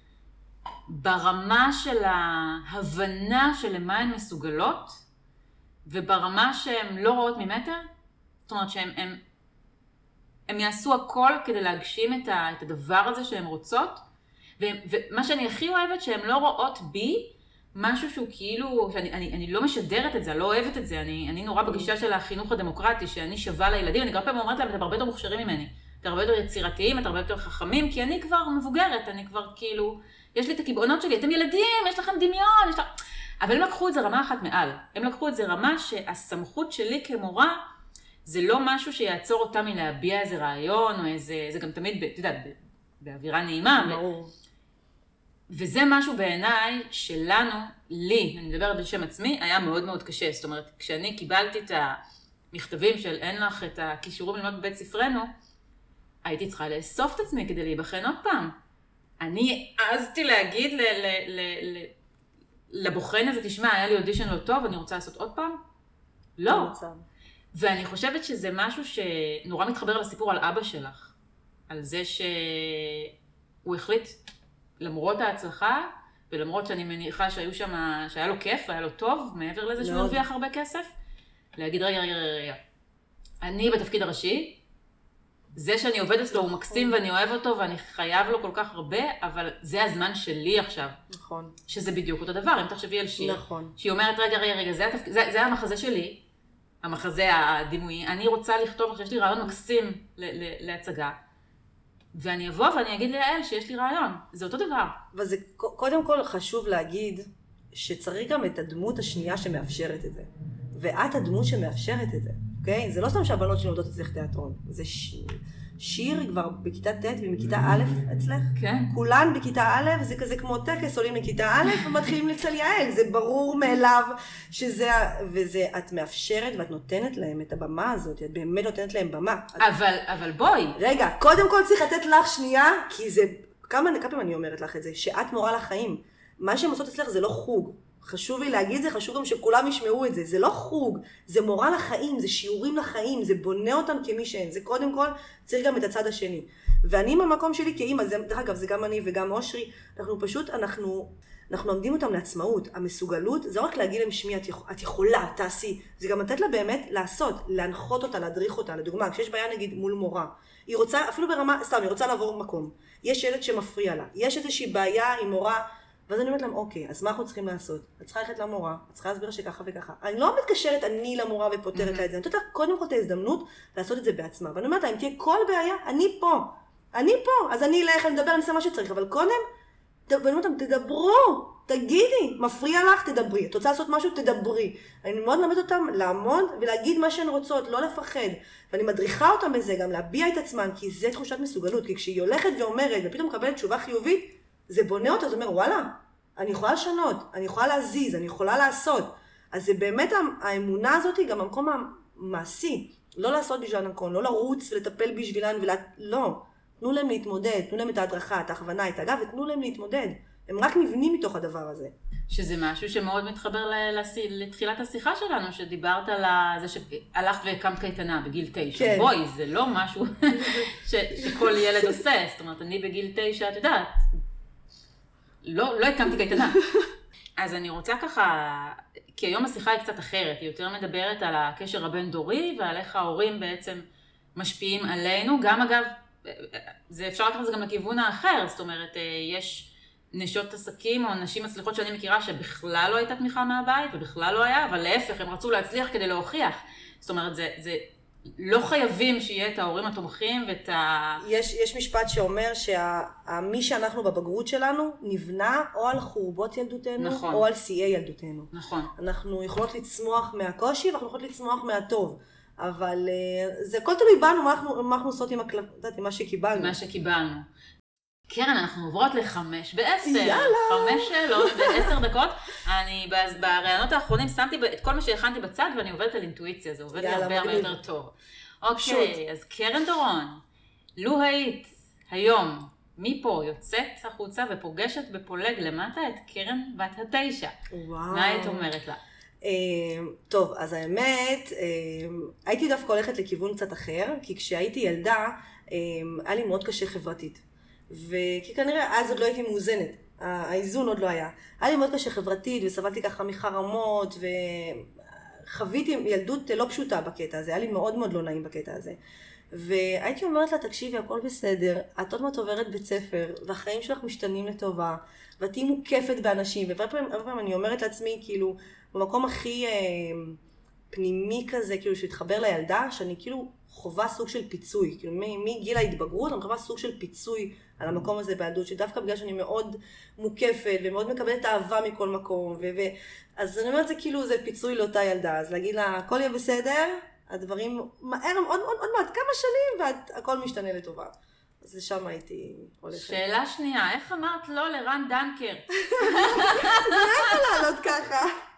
Speaker 3: ברמה של ההבנה של למה הן מסוגלות, וברמה שהן לא רואות ממטר, זאת אומרת שהן יעשו הכל כדי להגשים את הדבר הזה שהן רוצות, ומה שאני הכי אוהבת, שהן לא רואות בי, משהו שהוא כאילו, שאני לא משדרת את זה, אני לא אוהבת את זה, אני נורא בגישה של החינוך הדמוקרטי, שאני שווה לילדים, אני כבר פעם אומרת להם, אתם הרבה יותר מוכשרים ממני, אתם הרבה יותר יצירתיים, אתם הרבה יותר חכמים, כי אני כבר מבוגרת, אני כבר כאילו, יש לי את הקבעונות שלי, אתם ילדים, יש לכם דמיון, אבל הם לקחו את זה רמה אחת מעל, הם לקחו את זה רמה שהסמכות שלי כמורה, זה לא משהו שיעצור אותה מלהביע איזה רעיון, או איזה, זה גם תמיד, אתה יודע, באווירה נעימה,
Speaker 1: ברור.
Speaker 3: וזה משהו בעיניי שלנו, לי, אני מדברת בשם עצמי, היה מאוד מאוד קשה. זאת אומרת, כשאני קיבלתי את המכתבים של אין לך את הכישורים ללמוד בבית ספרנו, הייתי צריכה לאסוף את עצמי כדי להיבחן עוד פעם. אני העזתי להגיד לבוחן הזה, תשמע, היה לי אודישן לא טוב, אני רוצה לעשות עוד פעם? לא. ואני חושבת שזה משהו שנורא מתחבר לסיפור על אבא שלך. על זה שהוא החליט, למרות ההצלחה, ולמרות שאני מניחה שהיו שם, שהיה לו כיף, היה לו טוב, מעבר לזה שהוא הרוויח הרבה כסף, להגיד רגע, אני בתפקיד הראשי, זה שאני עובד אצלו הוא מקסים ואני אוהב אותו ואני חייב לו כל כך הרבה, אבל זה הזמן שלי עכשיו.
Speaker 1: נכון.
Speaker 3: שזה בדיוק אותו דבר, אם תחשבי על שיר.
Speaker 1: נכון.
Speaker 3: שהיא אומרת, רגע, זה המחזה שלי, המחזה הדימוי, אני רוצה לכתוב, עכשיו יש לי רעיון מקסים להצגה, ואני אבוא ואני אגיד ליעל שיש לי רעיון, זה אותו דבר.
Speaker 1: וזה קודם כל חשוב להגיד שצריך גם את הדמות השנייה שמאפשרת את זה. ואת הדמות שמאפשרת את זה, אוקיי? זה לא סתם שהבנות שלומדות אצלך תיאטרון, זה שיר כבר בכיתה ט' ומכיתה א' אצלך.
Speaker 3: כן.
Speaker 1: כולן בכיתה א', זה כזה כמו טקס, עולים לכיתה א' ומתחילים אצל יעל, זה ברור מאליו שזה, וזה, את מאפשרת ואת נותנת להם את הבמה הזאת, את באמת נותנת להם במה.
Speaker 3: אבל בואי.
Speaker 1: רגע, קודם כל צריך לתת לך שנייה, כי זה, כמה פעמים אני אומרת לך את זה, שאת מורה לחיים. מה שהם עושות אצלך זה לא חוג. חשוב לי להגיד זה, חשוב גם שכולם ישמעו את זה. זה לא חוג, זה מורה לחיים, זה שיעורים לחיים, זה בונה אותם כמי שהן. זה קודם כל צריך גם את הצד השני. ואני במקום שלי כאימא, דרך אגב, זה גם אני וגם אושרי, אנחנו עומדים אותם לעצמאות. המסוגלות, זה לא רק להגיד להם שמי, את יכולה, תעשי. זה גם לתת לה באמת לעשות, להנחות אותה, להדריך אותה. לדוגמה, כשיש בעיה נגיד מול מורה, היא רוצה, אפילו ברמה, סתם, היא רוצה לעבור מקום. יש ילד שמפריע לה. יש איזושהי בעיה עם מורה, ואז אני אומרת להם, אוקיי, אז מה אנחנו צריכים לעשות? את צריכה ללכת למורה, את צריכה להסביר שככה וככה. אני לא מתקשרת אני למורה ופותרת לה את זה. אני נותנת לה קודם כל את ההזדמנות לעשות את זה בעצמה. ואני אומרת לה, אם תהיה כל בעיה, אני פה. אז אני אלך, אני אדבר, אני אעשה מה שצריך. אבל קודם, ואני אומרת להם, תדברו, תגידי, מפריע לך, תדברי. את רוצה לעשות משהו, תדברי. אני מאוד מלמדת אותם לעמוד ולהגיד מה שהן רוצות, לא לפחד. ואני מדריכה אותם בזה, גם להביע את עצמן, כי זה תחושת מסוגלות. כי כשהיא הולכת ואומרת, ופתאום מקבלת תשובה חיובית, זה בונה אותה, זה אומר, וואלה, אני יכולה לשנות, אני יכולה להזיז, אני יכולה לעשות. אז זה באמת האמונה הזאת היא גם המקום המעשי. לא לעשות בשביל הנקון, לא לרוץ ולטפל בשבילן, לא. תנו להם להתמודד, תנו להם את ההדרכה, את ההכוונה, את הגב, ותנו להם להתמודד. הם רק נבנים מתוך הדבר הזה.
Speaker 3: שזה משהו שמאוד מתחבר לתחילת השיחה שלנו, שדיברת על זה שהלכת והקמת קייטנה בגיל 9.
Speaker 1: כן.
Speaker 3: בואי, זה לא משהו שכל ילד עושה. זאת אומרת, אני בגיל 9, את יודעת, לא הקמתי קייטנה. אז אני רוצה ככה, כי היום השיחה היא קצת אחרת, היא יותר מדברת על הקשר הבין-דורי, ועל איך ההורים בעצם משפיעים עלינו. גם אגב, זה אפשר לקחת את זה גם לכיוון האחר, זאת אומרת, יש נשות עסקים או נשים מצליחות שאני מכירה שבכלל לא הייתה תמיכה מהבית, ובכלל לא היה, אבל להפך, הם רצו להצליח כדי להוכיח. זאת אומרת, זה לא חייבים שיהיה את ההורים התומכים ואת
Speaker 1: יש משפט שאומר שמי שאנחנו בבגרות שלנו נבנה או על חורבות ילדותנו,
Speaker 3: נכון.
Speaker 1: או על שיאי ילדותנו.
Speaker 3: נכון.
Speaker 1: אנחנו יכולות לצמוח מהקושי ואנחנו יכולות לצמוח מהטוב. אבל זה הכל תלוי בנו, מה אנחנו עושות עם מה שקיבלנו.
Speaker 3: מה שקיבלנו. קרן, אנחנו עוברות ל5 ב10.
Speaker 1: יאללה.
Speaker 3: 5 שאלות ב10 דקות. אני ברעיונות האחרונים שמתי את כל מה שהכנתי בצד ואני עובדת על אינטואיציה, זה עובד לי הרבה יותר טוב. אוקיי, אז קרן דורון, לו היית היום מפה יוצאת החוצה ופוגשת בפולג למטה את קרן בת 9.
Speaker 1: וואו.
Speaker 3: מה היית אומרת לה?
Speaker 1: טוב, אז האמת, הייתי דווקא הולכת לכיוון קצת אחר, כי כשהייתי ילדה, היה לי מאוד קשה חברתית. וכי כנראה אז עוד לא הייתי מאוזנת, האיזון עוד לא היה. היה לי מאוד קשה חברתית וסבלתי ככה מחרמות וחוויתי ילדות לא פשוטה בקטע הזה, היה לי מאוד מאוד לא נעים בקטע הזה. והייתי אומרת לה, תקשיבי, הכל בסדר, את עוד מעט עוברת בית ספר והחיים שלך משתנים לטובה ואת תהיי מוקפת באנשים. והרבה פעמים אני אומרת לעצמי, כאילו, במקום הכי פנימי כזה, כאילו שהתחבר לילדה, שאני כאילו חובה סוג של פיצוי, כאילו מגיל ההתבגרות אני חובה סוג של פיצוי על המקום הזה בילדות, שדווקא בגלל שאני מאוד מוקפת ומאוד מקבלת אהבה מכל מקום, אז אני אומרת זה כאילו זה פיצוי לאותה ילדה, אז להגיד לה הכל יהיה בסדר, הדברים מהר עוד מעט כמה שנים והכל משתנה לטובה. אז לשם הייתי הולכת.
Speaker 3: שאלה שנייה, איך אמרת לא לרן דנקר?
Speaker 1: זה לא יכול לעלות ככה.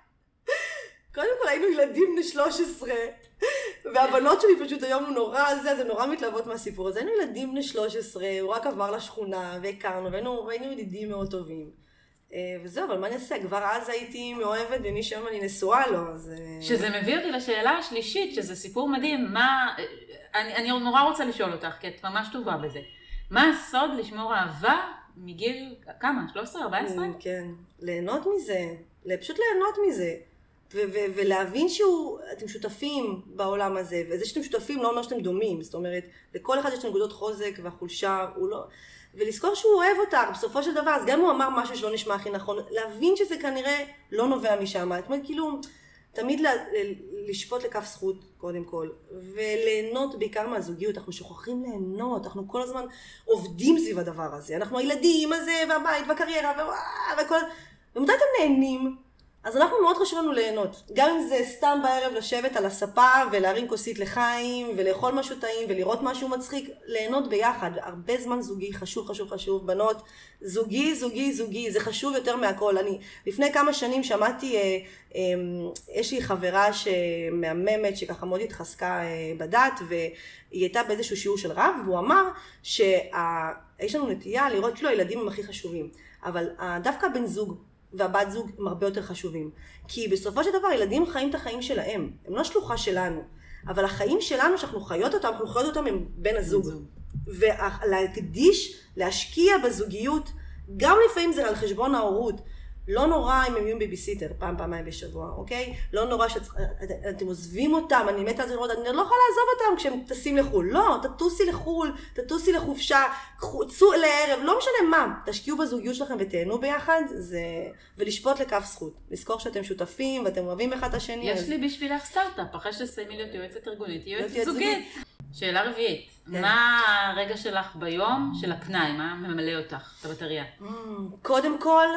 Speaker 1: קודם כל היינו ילדים בני 13, והבנות שלי פשוט היום זה נורא מתלהבות מהסיפור הזה. היינו ילדים בני 13, הוא רק עבר לשכונה והכרנו, והיינו ידידים מאוד טובים. וזהו, אבל מה אני אעשה? כבר אז הייתי מאוהבת, ומי שהיום אני נשואה לו, אז...
Speaker 3: שזה מביא אותי לשאלה השלישית, שזה סיפור מדהים. אני נורא רוצה לשאול אותך, כי את ממש טובה בזה. מה הסוד לשמור אהבה מגיל, כמה? 13, 14?
Speaker 1: כן, ליהנות מזה. פשוט ליהנות מזה. ולהבין שאתם שותפים בעולם הזה, וזה שאתם שותפים לא אומר שאתם דומים, זאת אומרת, לכל אחד יש נקודות חוזק והחולשה, הוא לא... ולזכור שהוא אוהב אותך, בסופו של דבר, אז גם הוא אמר משהו שלא נשמע הכי נכון, להבין שזה כנראה לא נובע משם, זאת אומרת, כאילו, תמיד לשפוט לכף זכות, קודם כל, וליהנות בעיקר מהזוגיות, אנחנו שוכחים ליהנות, אנחנו כל הזמן עובדים סביב הדבר הזה, אנחנו הילדים הזה, והבית, והקריירה, וכל... ומתי אתם נהנים? אז אנחנו מאוד חשוב לנו ליהנות, גם אם זה סתם בערב לשבת על הספה ולהרים כוסית לחיים ולאכול משהו טעים ולראות משהו מצחיק, ליהנות ביחד, הרבה זמן זוגי, חשוב, בנות, זוגי, זה חשוב יותר מהכל. אני לפני כמה שנים שמעתי, יש לי חברה שמהממת שככה מאוד התחזקה בדת, והיא הייתה באיזשהו שיעור של רב, והוא אמר שיש לנו נטייה לראות כאילו הילדים הם הכי חשובים, אבל דווקא בן זוג, והבת זוג הם הרבה יותר חשובים. כי בסופו של דבר, ילדים חיים את החיים שלהם. הם לא שלוחה שלנו. אבל החיים שלנו, שאנחנו חיות אותם, אנחנו חיות אותם עם בן הזוג. ולהקדיש, להשקיע בזוגיות, גם לפעמים זה על חשבון ההורות. לא נורא אם הם יהיו בביסיטר, פעמיים בשבוע, אוקיי? לא נורא שאתם עוזבים אותם, אני מתה על זה לראות, אני לא יכולה לעזוב אותם כשהם טסים לחול. לא, תטוסי לחול, תטוסי לחופשה, צאו לערב, לא משנה מה. תשקיעו בזוגיות שלכם ותהנו ביחד, ולשפוט לכף זכות. לזכור שאתם שותפים ואתם אוהבים אחד את השני.
Speaker 3: יש לי בשבילך סטארט-אפ, אחרי שתסיימי להיות יועצת ארגונית, יועצת זוגית. שאלה רביעית, מה הרגע שלך ביום של הפנאי, מה ממלא אותך, את הבטריה?
Speaker 1: קודם כל,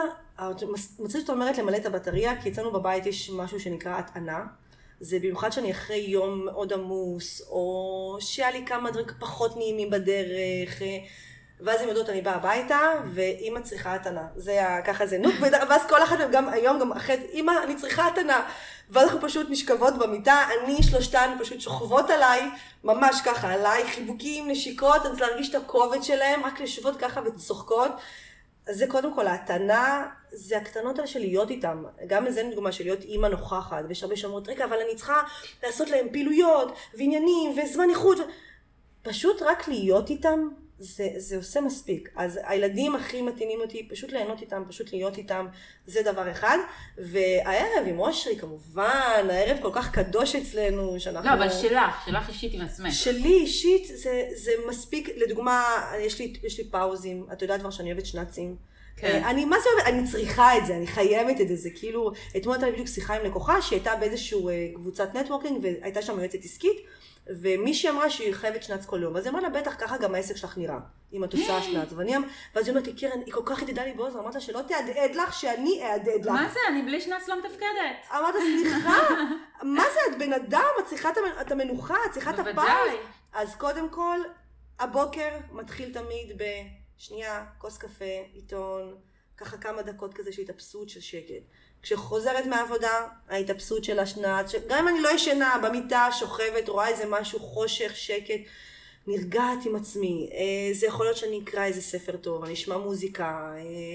Speaker 1: מצא שאת אומרת למלא את הבטריה, כי אצלנו בבית יש משהו שנקרא הטענה. זה במיוחד שאני אחרי יום מאוד עמוס, או שהיה לי כמה דברים פחות נעימים בדרך, ואז הם יודעות, אני באה הביתה, ואמא צריכה הטענה. ככה זה נוק, ואז כל אחד גם היום גם אחרי, אמא, אני צריכה הטענה. ואז אנחנו פשוט נשכבות במיטה, שלושתן פשוט שוכבות עליי, ממש ככה עליי, חיבוקים, נשיקות, אני רוצה להרגיש את הכובד שלהם, רק לשבות ככה וצוחקות. אז זה קודם כל, ההטענה, זה הקטנות האלה של להיות איתם. גם לזה נדוגמה של להיות אימא נוכחת, ויש הרבה שאומרות, רגע, אבל אני צריכה לעשות להם פעילויות, ועניינים, וזמן איחוד. פשוט רק להיות איתם, זה עושה מספיק. אז הילדים הכי מתאינים אותי, פשוט ליהנות איתם, פשוט להיות איתם, זה דבר אחד. והערב עם אושרי, כמובן, הערב כל כך קדוש אצלנו, שאנחנו...
Speaker 3: לא, אבל שלך אישית עם עצמך.
Speaker 1: שלי אישית, זה מספיק, לדוגמה, יש לי פאוזים, את יודעת כבר שאני אוהבת שנצים. כן. מה זה אוהבת? אני צריכה את זה, אני חייבת את זה, זה כאילו, אתמול הייתה לי בדיוק שיחה עם לקוחה, שהייתה באיזשהו קבוצת נטוורקינג, והייתה שם יועצת עסקית, ומישהי אמרה שהיא חייבת שנץ כל יום, אז היא אמרה לה, בטח ככה גם העסק שלך נראה, אם את עושה שנץ, ואז היא אומרת לי, קרן, היא כל כך ידידה לי באוזן, אמרת לה שלא תעדעד לך, שאני אעדעד לך.
Speaker 3: מה זה? אני בלי שנץ לא מתפקדת.
Speaker 1: אמרת, סליחה, מה זה? את בן אדם, את צריכה את המנוחה, את צריכה את הפאוז. אז קודם כל, הבוקר מתחיל תמיד בשנייה, כוס קפה, עיתון, ככה כמה דקות כזה של התאפסות של שקט. כשחוזרת מהעבודה, ההתאפסות של השנץ, גם אם אני לא ישנה, במיטה, שוכבת, רואה איזה משהו, חושך, שקט, נרגעת עם עצמי. זה יכול להיות שאני אקרא איזה ספר טוב, אני אשמע מוזיקה.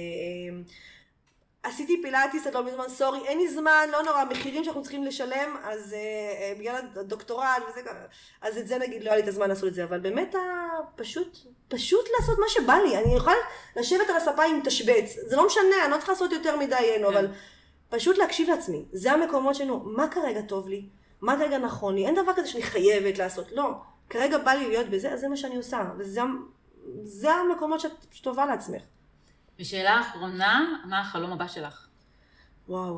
Speaker 1: עשיתי פילאטיס, את לא מזמן, סורי, אין לי זמן, לא נורא, מחירים שאנחנו צריכים לשלם, אז בגלל הדוקטורט וזה, אז את זה נגיד, לא היה לי את הזמן לעשות את זה, אבל באמת פשוט לעשות מה שבא לי. אני יכולה לשבת על הספה עם תשבץ, זה לא משנה, אני לא צריכה לעשות יותר מדי, אבל פשוט להקשיב לעצמי. זה המקומות שלנו, מה כרגע טוב לי? מה כרגע נכון לי? אין דבר כזה שאני חייבת לעשות, לא. כרגע בא לי להיות בזה, אז זה מה שאני עושה, וזה המקומות שטובה לעצמך.
Speaker 3: ושאלה אחרונה, מה החלום הבא שלך?
Speaker 1: וואו.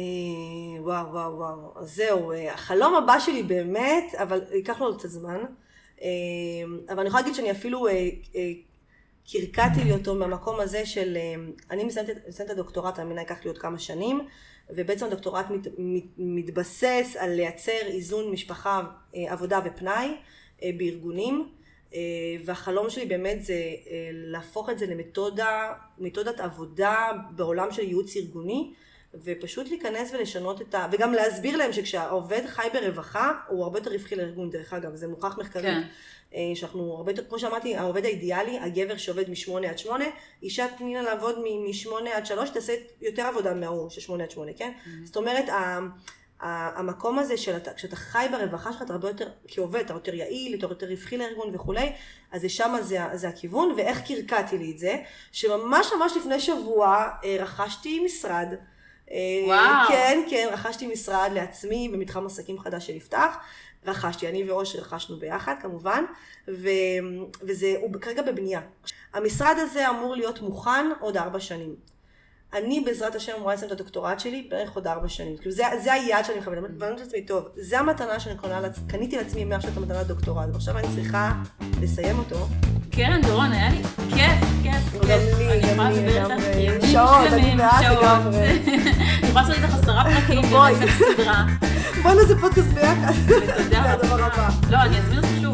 Speaker 1: אז זהו, החלום הבא שלי באמת, אבל ייקח לו קצת זמן, אבל אני יכולה להגיד שאני אפילו קרקעתי לי אותו מהמקום הזה של, אני מסיימת את הדוקטורט, אני ייקח לי עוד כמה שנים, ובעצם הדוקטורט מתבסס על לייצר איזון משפחה, עבודה ופנאי בארגונים, והחלום שלי באמת זה להפוך את זה למתודת עבודה בעולם של ייעוץ ארגוני, ופשוט להיכנס ולשנות וגם להסביר להם שכשהעובד חי ברווחה, הוא הרבה יותר רווחי לארגון, דרך אגב, זה מוכח מחקרית. כן. שאנחנו הרבה יותר, כמו שאמרתי, העובד האידיאלי, הגבר שעובד מ8-8, אישה תנינה לעבוד מ8-3, תעשה יותר עבודה מההוא של 8-8, כן? זאת אומרת, המקום הזה כשאתה חי ברווחה שלך, אתה הרבה יותר, כעובד, אתה יותר יעיל, אתה יותר רווחי לארגון וכולי, אז שם זה הכיוון, ואיך קרקעתי לי את זה, שממש לפני שבוע רכשתי משרד,
Speaker 3: וואו.
Speaker 1: כן, רכשתי משרד לעצמי במתחם עסקים חדש שנפתח. אני ואושר רכשנו ביחד כמובן, הוא כרגע בבנייה. המשרד הזה אמור להיות מוכן עוד 4 שנים. אני בעזרת השם אמורה לסיים את הדוקטורט שלי בערך עוד 4 שנים. כאילו זה היעד שאני מכוונת, ואני חושבת לעצמי, טוב, זה המתנה שאני קניתי לעצמי מעכשיו את המתנה לדוקטורט, ועכשיו אני צריכה לסיים אותו.
Speaker 3: קרן, דורון, היה לי כיף.
Speaker 1: גם לי,
Speaker 3: אני יכולה לדבר איתך
Speaker 1: שעות, אני בעד לגמרי.
Speaker 3: אני יכולה לעשות איתך 10 פרקים,
Speaker 1: בואי.
Speaker 3: ונעשה סדרה.
Speaker 1: בואי נעשה פודקאסט ביחד.
Speaker 3: תודה.
Speaker 1: זה הדבר הבא.
Speaker 3: לא, אני אזמין אותך